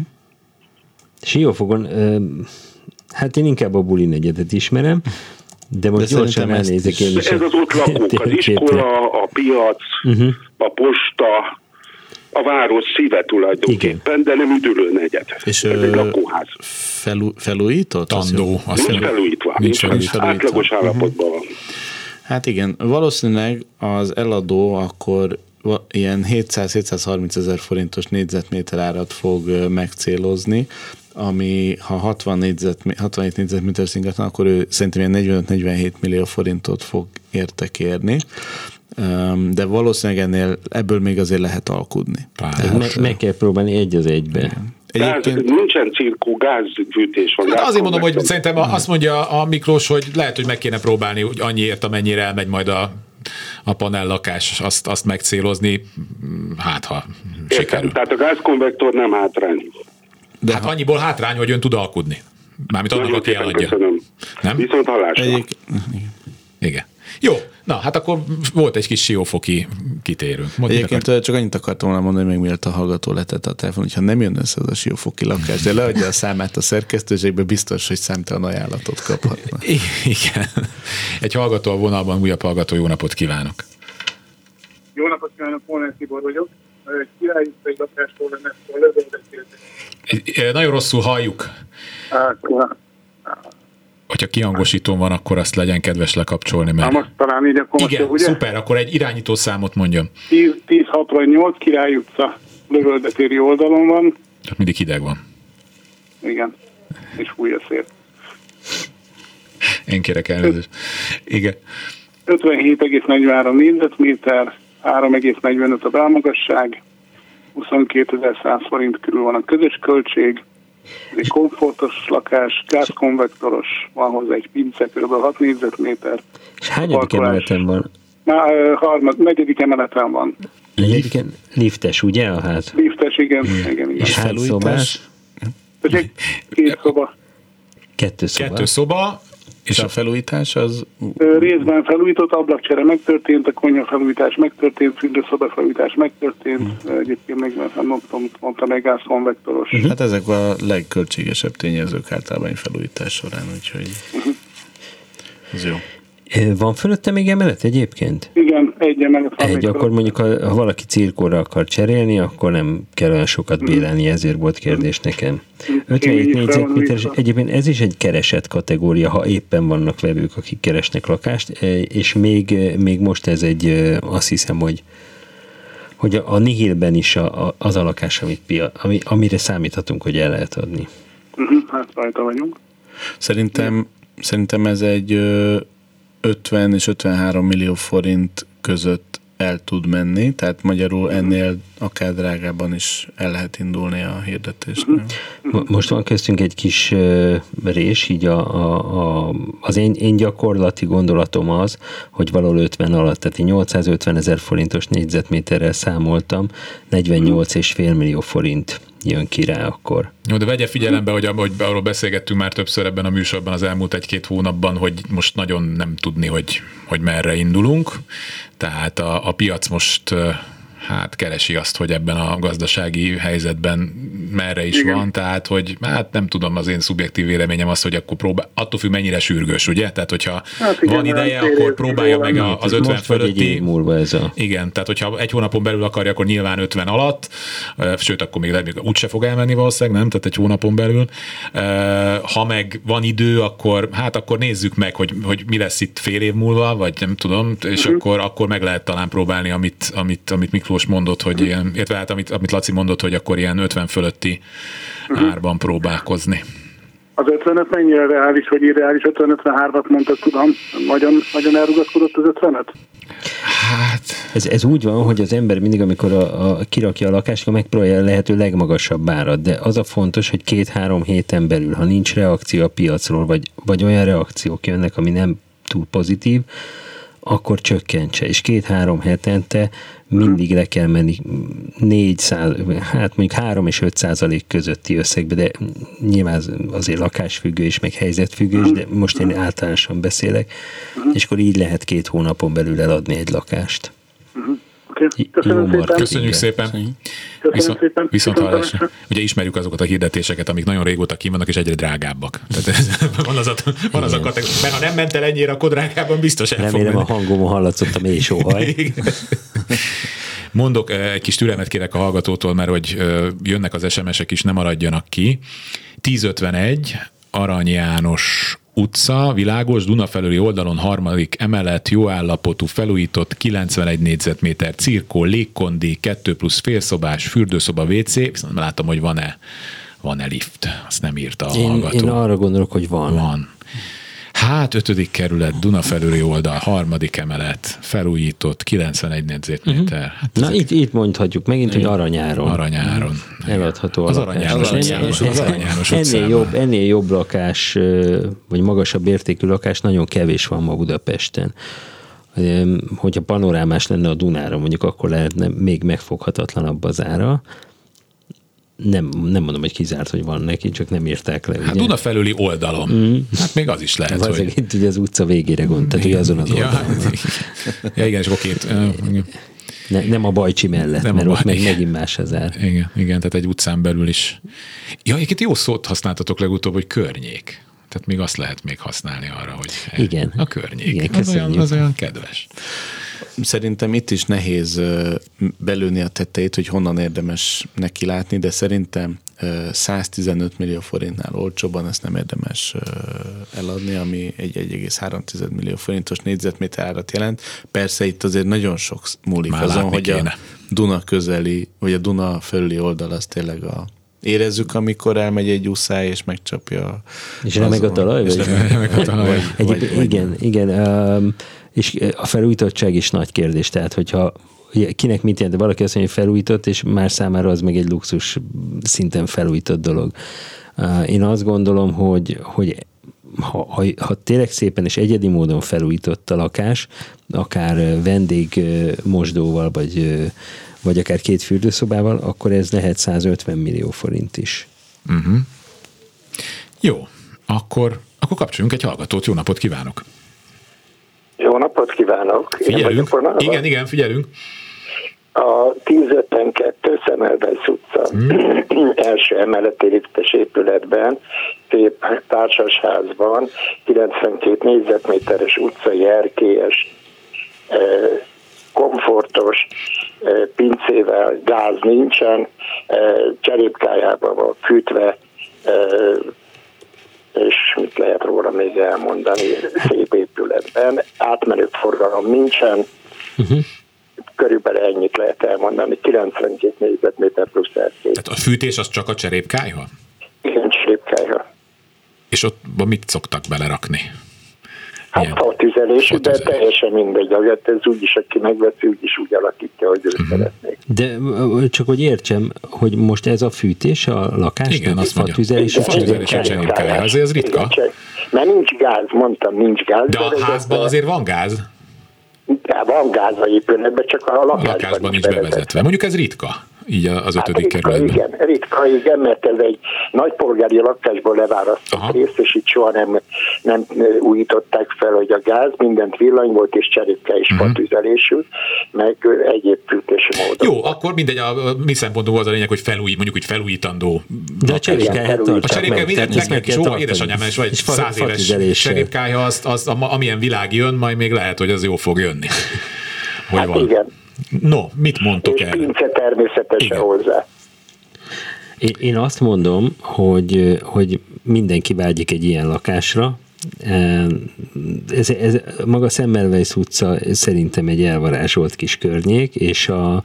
Siófokon, hát én inkább a buli negyedet ismerem, de most de gyorsan elnézek én is. Ez az ott lakók, az iskola, a piac, uh-huh. a posta, a város szíve tulajdonképpen, igen. De nem üdülő negyed. És ez egy lakóház. Felú, felújított? Tandó. Nincs felújítva. Nincs felújítva. Átlagos állapotban van. Hát igen, valószínűleg az eladó akkor ilyen hétszáz-hétszázharminc ezer forintos négyzetméter árat fog megcélozni, ami ha hatvan négyzetméter, hatvanhét négyzetméter ingatlan, akkor ő szerintem ilyen negyvenöt-negyvenhét millió forintot fog érte kérni. De valószínűleg ennél ebből még azért lehet alkudni. Tehát, meg, meg kell próbálni egy az egybe. Egyébként... Gáz, nincsen cirkú, gázgyűjtés van. Hát azért mondom, hogy szerintem azt mondja a Miklós, hogy lehet, hogy meg kéne próbálni, hogy annyiért, amennyire elmegy majd a a panellakás, azt, azt megcélozni, hát ha Értem, sikerül. Tehát a gázkonvektor nem hátrány. De hát ha... annyiból hátrány, hogy ön tud alkudni. Mármint annak, aki eladja. Köszönöm. Nem? Viszont hallásra. Egyik... Igen. Jó, na, hát akkor volt egy kis siófoki kitérőnk. Mondjuk Egyébként akar... csak annyit akartam volna mondani, hogy még mielőtt a hallgató letette a telefon, hogyha nem jön össze az a siófoki lakás, de leadja a számát a szerkesztőségbe, biztos, hogy számtalan ajánlatot kaphatna. Igen. Egy hallgató a vonalban, újabb hallgató, jó napot kívánok! Jó napot kívánok, Molnár Tibor vagyok. Királyi egy lakásról lenne, szóval leződettéltek. Nagyon rosszul halljuk. Akkor... Hogyha kihangosítón van, akkor azt legyen kedves lekapcsolni. Mert... Na most talán így akkor igen, most, ugye? Szuper, akkor egy irányító számot mondjam. tíz hatvannyolc Király utca lövöldetéri oldalon van. Tehát mindig hideg van. Igen, és fúj a szél. Én kérek elnézést. Igen. ötvenhét egész negyvenhárom négyzetméter, három egész negyvenöt a belmagasság, huszonkétezer-száz forint körül van a közös költség, egy komfortos lakás, gázkonvektoros, van hozzá egy pince, kb. hat négyzetméter. És hányadik emeleten van? Már harmad, negyedik emeleten van. Negyediken liftes, ugye a ház? Liftes, igen. igen, igen, igen. És hány szobás? Két szoba. Kettő szoba. Kettő szoba. És a felújítás az... Részben felújított, ablakcsere megtörtént, a konyha felújítás megtörtént, fürdőszoba felújítás megtörtént, hmm. egyébként még mondtam, mondtam egy gázkonvektoros. Uh-huh. Hát ezek a legköltségesebb tényezők általában egy felújítás során, úgyhogy uh-huh. ez jó. Van fölötte még emelet egyébként? Igen, egy emelet van. Egy, akkor mondjuk, ha, ha valaki cirkóra akar cserélni, akkor nem kell olyan sokat bérelni, ezért volt kérdés nekem. ötvenhét négyzetméter, egyébként ez is egy keresett kategória, ha éppen vannak vevők, akik keresnek lakást, és még, még most ez egy, azt hiszem, hogy, hogy a, a nihilben is a, a, az a lakás, amit pia, ami, amire számíthatunk, hogy el lehet adni. Uh-huh, hát rajta vagyunk. Szerintem, szerintem ez egy ötven és ötvenhárom millió forint között el tud menni, tehát magyarul ennél akár drágában is el lehet indulni a hirdetésnél. Most van köztünk egy kis rés, így a, a, a, az én, én gyakorlati gondolatom az, hogy valahol ötven alatt, tehát én nyolcszázötven ezer forintos négyzetméterrel számoltam, negyvennyolc egész öt millió forint jön ki rá akkor. Jó, de vegye figyelembe, hogy, hogy arról beszélgettünk már többször ebben a műsorban az elmúlt egy-két hónapban, hogy most nagyon nem tudni, hogy, hogy merre indulunk. Tehát a, a piac most hát keresi azt, hogy ebben a gazdasági helyzetben merre is Igen. van, tehát hogy hát nem tudom, az én szubjektív véleményem az, hogy akkor próbál, attól függ mennyire sürgős, ugye? Tehát hogyha hát igen, van ideje, akkor próbálja meg a, az ötven fölötti. Ez a... Igen, tehát hogyha egy hónapon belül akarja, akkor nyilván ötven alatt, sőt, akkor még, még úgyse fog elmenni valószínűleg, nem? Tehát egy hónapon belül. Ha meg van idő, akkor hát akkor nézzük meg, hogy, hogy mi lesz itt fél év múlva, vagy nem tudom, és uh-huh. akkor, akkor meg lehet talán próbálni, amit, amit, amit Miklós mondott, hogy ilyen, értve hát amit, amit Laci mondott, hogy akkor ilyen ötven fölötti uh-huh. árban próbálkozni. Az ötvenöt mennyire reális, vagy irreális? ötven-ötvenhármat mondtad, tudom. Nagyon, nagyon elrugaszkodott az ötvenöt? Hát... Ez, ez úgy van, hogy az ember mindig, amikor a, a, kirakja a lakást, megpróbálja a lehető legmagasabb árat, de az a fontos, hogy két-három héten belül, ha nincs reakció a piacról, vagy, vagy olyan reakciók jönnek, ami nem túl pozitív, akkor csökkentse, és két-három hetente mindig le kell menni négyszáz, hát mondjuk három és öt százalék közötti összegbe, de nyilván azért lakásfüggő és meg helyzetfüggő is, de most én általánosan beszélek, és akkor így lehet két hónapon belül eladni egy lakást. Okay. Köszönöm Jó, szépen. Köszönjük szépen. Köszönjük viszont, szépen. Viszont hallásra. Ugye ismerjük azokat a hirdetéseket, amik nagyon régóta kín vannak, és egyre drágábbak. Tehát ez, van az a, van az a kategória. Mert ha nem ment el ennyire, akkor drágában biztos el Remélem fog a hangomon hallatszott a mély sóhaj. Mondok, egy kis türelmet kérek a hallgatótól, mert hogy jönnek az es em esek is, nem maradjanak ki. tíz ötvenegy Arany János utca, világos, Dunafelőli oldalon harmadik emelet, jó állapotú, felújított, kilencvenegy négyzetméter cirkó, légkondi, kettő plusz félszobás, fürdőszoba, vé cé, viszont látom, hogy van-e, van-e lift. Azt nem írta a én, hallgató. Én arra gondolok, hogy van. Van. Hát ötödik kerület, Dunafelőli oldal, harmadik emelet, felújított, kilencvenegy négyzetméter. Uh-huh. Hát na itt, itt mondhatjuk megint, hogy Aranyáron. Aranyáron. Eladható az Aranyáros. Az Aranyáros ennél jobb, ennél jobb lakás, vagy magasabb értékű lakás nagyon kevés van ma Budapesten. Hogyha panorámás lenne a Dunára, mondjuk akkor lehetne még megfoghatatlanabb az ára. Nem, nem mondom, hogy kizárt, hogy van neki, csak nem írták le. Hát ugye? Dunafelőli oldalon. Mm. Hát még az is lehet, az hogy... Itt ugye az utca végére gond, tehát ugye azon az oldalon. Ja, ja igen, és akkor két... Ne, nem a Bajcsi mellett, nem mert ott meg megint más az ár. Igen, igen, tehát egy utcán belül is. Ja, egyébként jó szót használtatok legutóbb, hogy környék. Tehát még azt lehet még használni arra, hogy igen. A környék. Igen, az, olyan, az olyan kedves. Szerintem itt is nehéz belőni a tetejét, hogy honnan érdemes neki látni, de szerintem száztizenöt millió forintnál olcsóban ezt nem érdemes eladni, ami egy egy egész három millió forintos négyzetméter árat jelent. Persze itt azért nagyon sok múlik már azon, hogy kéne. A Duna közeli, vagy a Duna fölüli oldal az tényleg a érezzük, amikor elmegy egy uszály, és megcsapja. És remeg a talaj? És remeg a talaj. Egy, vagy, igen, vagy igen. Um, és a felújítottság is nagy kérdés. Tehát, hogyha kinek mit jelent, valaki azt mondja, hogy felújított, és más számára az meg egy luxus szinten felújított dolog. Uh, én azt gondolom, hogy, hogy ha, ha, ha tényleg szépen és egyedi módon felújított a lakás, akár vendégmosdóval, vagy vagy akár két fürdőszobával, akkor ez lehet százötven millió forint is. Uh-huh. Jó, akkor, akkor kapcsoljunk egy hallgatót. Jó napot kívánok! Jó napot kívánok! Figyelünk. Igen, igen, figyelünk. A tíz ötvenkettő Szemelweis utca hmm. első emeleti liftes épületben, szép társasházban, kilencvenkét négyzetméteres utcai erkélyes, komfortos, pincével, gáz nincsen, cserépkájában van fűtve, és mit lehet róla még elmondani, szép épületben, átmenő forgalom nincsen, uh-huh. körülbelül ennyit lehet elmondani, kilencvenkét négyzetméter plusz erkély. Tehát a fűtés az csak a cserépkályha? Igen, cserépkályha. És ott mit szoktak belerakni? Hát fatüzelés, de teljesen mindegy. Ez úgyis, aki megveszi, úgyis úgy alakítja, hogy ő uh-huh. szeretnék. De csak hogy értsem, hogy most ez a fűtés a lakásnak? Igen, azt mondja. Fatüzelés, a cserépkályha. Azért az ritka. Mert nincs gáz, mondtam, nincs gáz. De a házban azért van gáz? De van gáz a épületben, csak a lakásban, a lakásban nincs bevezetve. bevezetve. Mondjuk ez ritka. így az ötödik hát ritka, kerületben. Igen, ritka, igen, mert ez egy nagypolgári lakásból leválasztott Aha. rész, és itt soha nem, nem újították fel, hogy a gáz, mindent villany volt, és cserépke és uh-huh. fatüzelésű, meg egyéb fűtési módon. Jó, akkor mindegy, a mi szempontunk az a lényeg, hogy felúj, mondjuk, hogy felújítandó. De a cserépkáját tartsák A cserépkáját mindent meg kell tartani. Édesanyám is vagy egy száz éves cserépkája, azt, azt, amilyen világ jön, majd még lehet, hogy az jó fog jönni. Hogy hát van? Igen. No, mit mondtok el? És pince természetesen igen. hozzá. Én, én azt mondom, hogy, hogy mindenki vágyik egy ilyen lakásra. Ez, ez, maga Semmelweis utca szerintem egy elvarázsolt kis környék, és, a,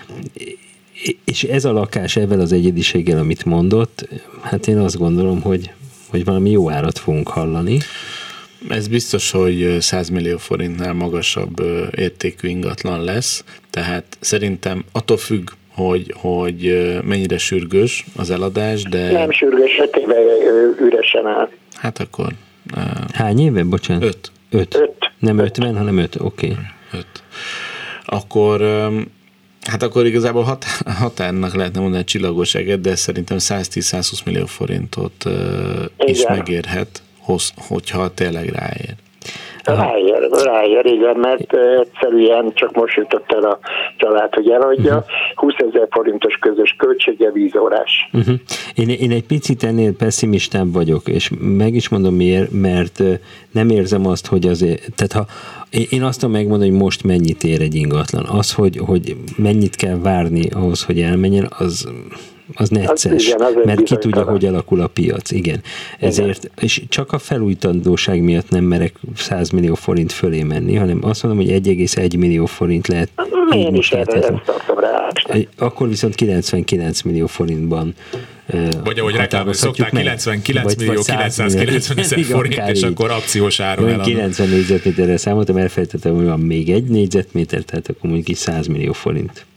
és ez a lakás ezzel az egyediséggel, amit mondott, hát én azt gondolom, hogy, hogy valami jó árat fogunk hallani. Ez biztos, hogy száz millió forintnál magasabb értékű ingatlan lesz, tehát szerintem attól függ, hogy, hogy mennyire sürgős az eladás, de... Nem sürgős, öt éve üresen áll. Hát akkor... Hány éve, bocsánat? Öt. Öt. öt. Nem ötven, hanem öt, oké. Okay. Öt. Akkor... Hát akkor igazából hat, határnak lehetne mondani csillagosságet, de szerintem száztíz-százhúsz millió forintot uh, is megérhet, hoz, hogyha tényleg ráér. Ráér, ráér, igen, mert egyszerűen csak most jutott el a család, hogy eladja. Uh-huh. húszezer forintos közös költsége, vízórás. Uh-huh. Én, én egy picit ennél pessimistább vagyok, és meg is mondom miért, mert nem érzem azt, hogy azért, tehát ha én azt tudom megmondani, hogy most mennyit ér egy ingatlan. Az, hogy, hogy mennyit kell várni ahhoz, hogy elmenjen, az... az necces, az igen, az mert ki tudja, talán. Hogy alakul a piac, igen. Ezért, igen. És csak a felújítandóság miatt nem merek száz millió forint fölé menni, hanem azt mondom, hogy egy egész egy millió forint lehet. Én is erre tartom rá. Akkor viszont kilencvenkilenc millió forintban vagy ahogy reklámot szokták, kilencvenkilenc millió kilencszázkilencvenezer forint, és akkor akciós áron eladom. kilencven négyzetméterre számoltam, elfelejtettem, hogy van még egy négyzetméter, tehát akkor mondjuk is száz millió forint.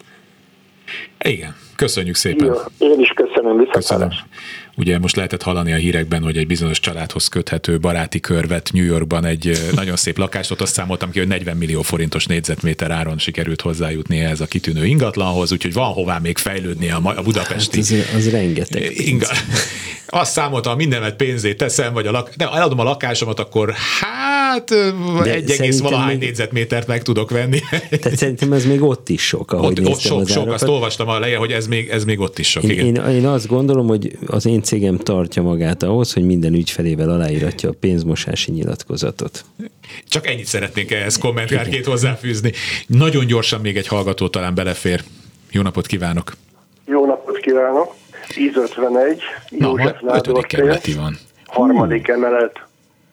Igen. Köszönjük szépen. Jó, én is köszönöm, viszontlátásra. Ugye most lehetett hallani a hírekben, hogy egy bizonyos családhoz köthető baráti kör vett New Yorkban egy nagyon szép lakást, ott azt számoltam ki, hogy negyven millió forintos négyzetméter áron sikerült hozzájutni ehhez a kitűnő ingatlanhoz, úgyhogy van hová még fejlődni a, a budapesti... Hát az, az rengeteg. Inga... Azt számoltam, ha mindenet pénzét teszem, vagy a lak... de eladom a lakásomat, akkor hát de egy egész valahány még... négyzetmétert meg tudok venni. Tehát szerintem ez még ott is sok, ahogy ott, ott sok, az sok, azt olvastam a leje, hogy ez még, ez még ott is sok. Én, igen. Én, én azt gondolom, hogy az én cégem tartja magát ahhoz, hogy minden ügyfelével aláíratja a pénzmosási nyilatkozatot. Csak ennyit szeretnénk ehhez kommentárként hozzáfűzni. Nagyon gyorsan még egy hallgató talán belefér. Jó napot kívánok! Jó napot kívánok! tíz ötvenegy, József Nádor tér, harmadik emelet.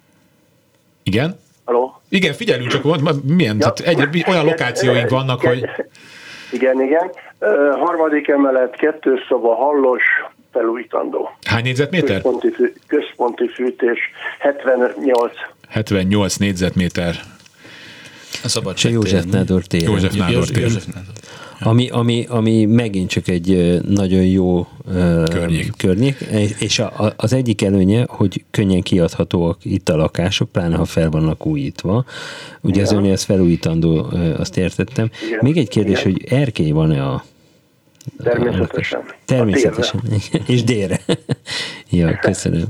Igen? Haló? Igen, figyelünk csak, milyen, ja. Tehát egy, olyan lokációink vannak, igen, hogy... Igen, igen. Uh, harmadik emelet, kettő szoba, hallos, felújítandó. Hány négyzetméter? Központi, fű, központi fűtés, hetvennyolc. hetvennyolc négyzetméter. A Szabadság József Nádor tér. József Nádor tér. Ami, ami, ami megint csak egy nagyon jó környék, környék és a, az egyik előnye, hogy könnyen kiadhatóak itt a lakások, pláne ha fel vannak újítva. Ugye igen. Az önnél ez felújítandó, azt értettem. Igen. Még egy kérdés, igen. Hogy erkély van-e a Természetesen. A Természetesen. A és délre. Ja, köszönöm.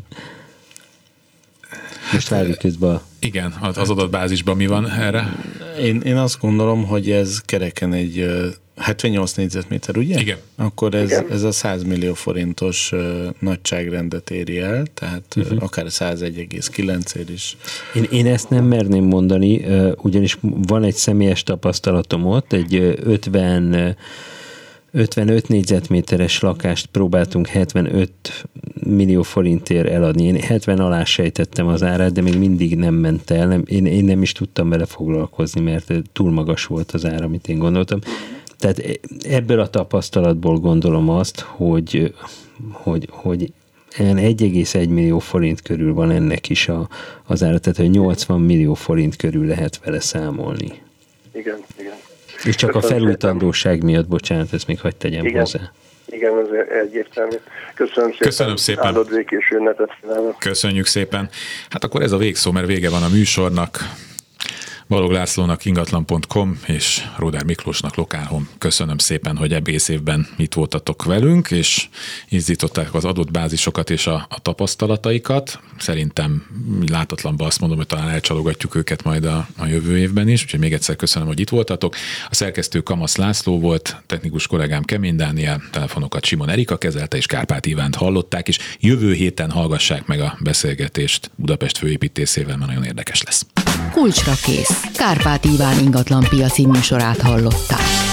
Most várjuk közben a... Igen, az adatbázisban mi van erre? Én, én azt gondolom, hogy ez kereken egy hetvennyolc négyzetméter, ugye? Igen. Akkor ez, ez a száz millió forintos uh, nagyságrendet éri el, tehát uh-huh. akár százegy egész kilenc ér is. Én, én ezt nem merném mondani, uh, ugyanis van egy személyes tapasztalatom ott, egy ötven ötvenöt négyzetméteres lakást próbáltunk hetvenöt millió forintért eladni. Én hetven alá sejtettem az árát, de még mindig nem ment el. Nem, én, én nem is tudtam vele foglalkozni, mert túl magas volt az ár, amit én gondoltam. Tehát ebből a tapasztalatból gondolom azt, hogy, hogy, hogy egy egész egy millió forint körül van ennek is a, az ára, tehát hogy nyolcvan millió forint körül lehet vele számolni. Igen, igen. És csak köszönöm a felújítandóság miatt, bocsánat, ezt még hadd tegyem igen. hozzá. Igen, ez egyértelmű. Köszönöm szépen. Köszönöm szépen. Áldott békés ünnepet kívánok. Köszönjük szépen. Hát akkor ez a végszó, mert vége van a műsornak. Balog Lászlónak ingatlan pont com és Róder Miklósnak Lokálhome. Köszönöm szépen, hogy egész évben itt voltatok velünk, és izzították az adott bázisokat és a, a tapasztalataikat. Szerintem látatlanban azt mondom, hogy talán elcsalogatjuk őket majd a, a jövő évben is, úgyhogy még egyszer köszönöm, hogy itt voltatok. A szerkesztő Kamasz László volt, technikus kollégám Kemény Dániel, telefonokat Simon Erika kezelte, és Kárpát Ivánt hallották, és jövő héten hallgassák meg a beszélgetést Budapest főépítészével, mert nagyon érdekes lesz. Kulcsra kész. Kárpát Iván ingatlan piaci műsorát hallották.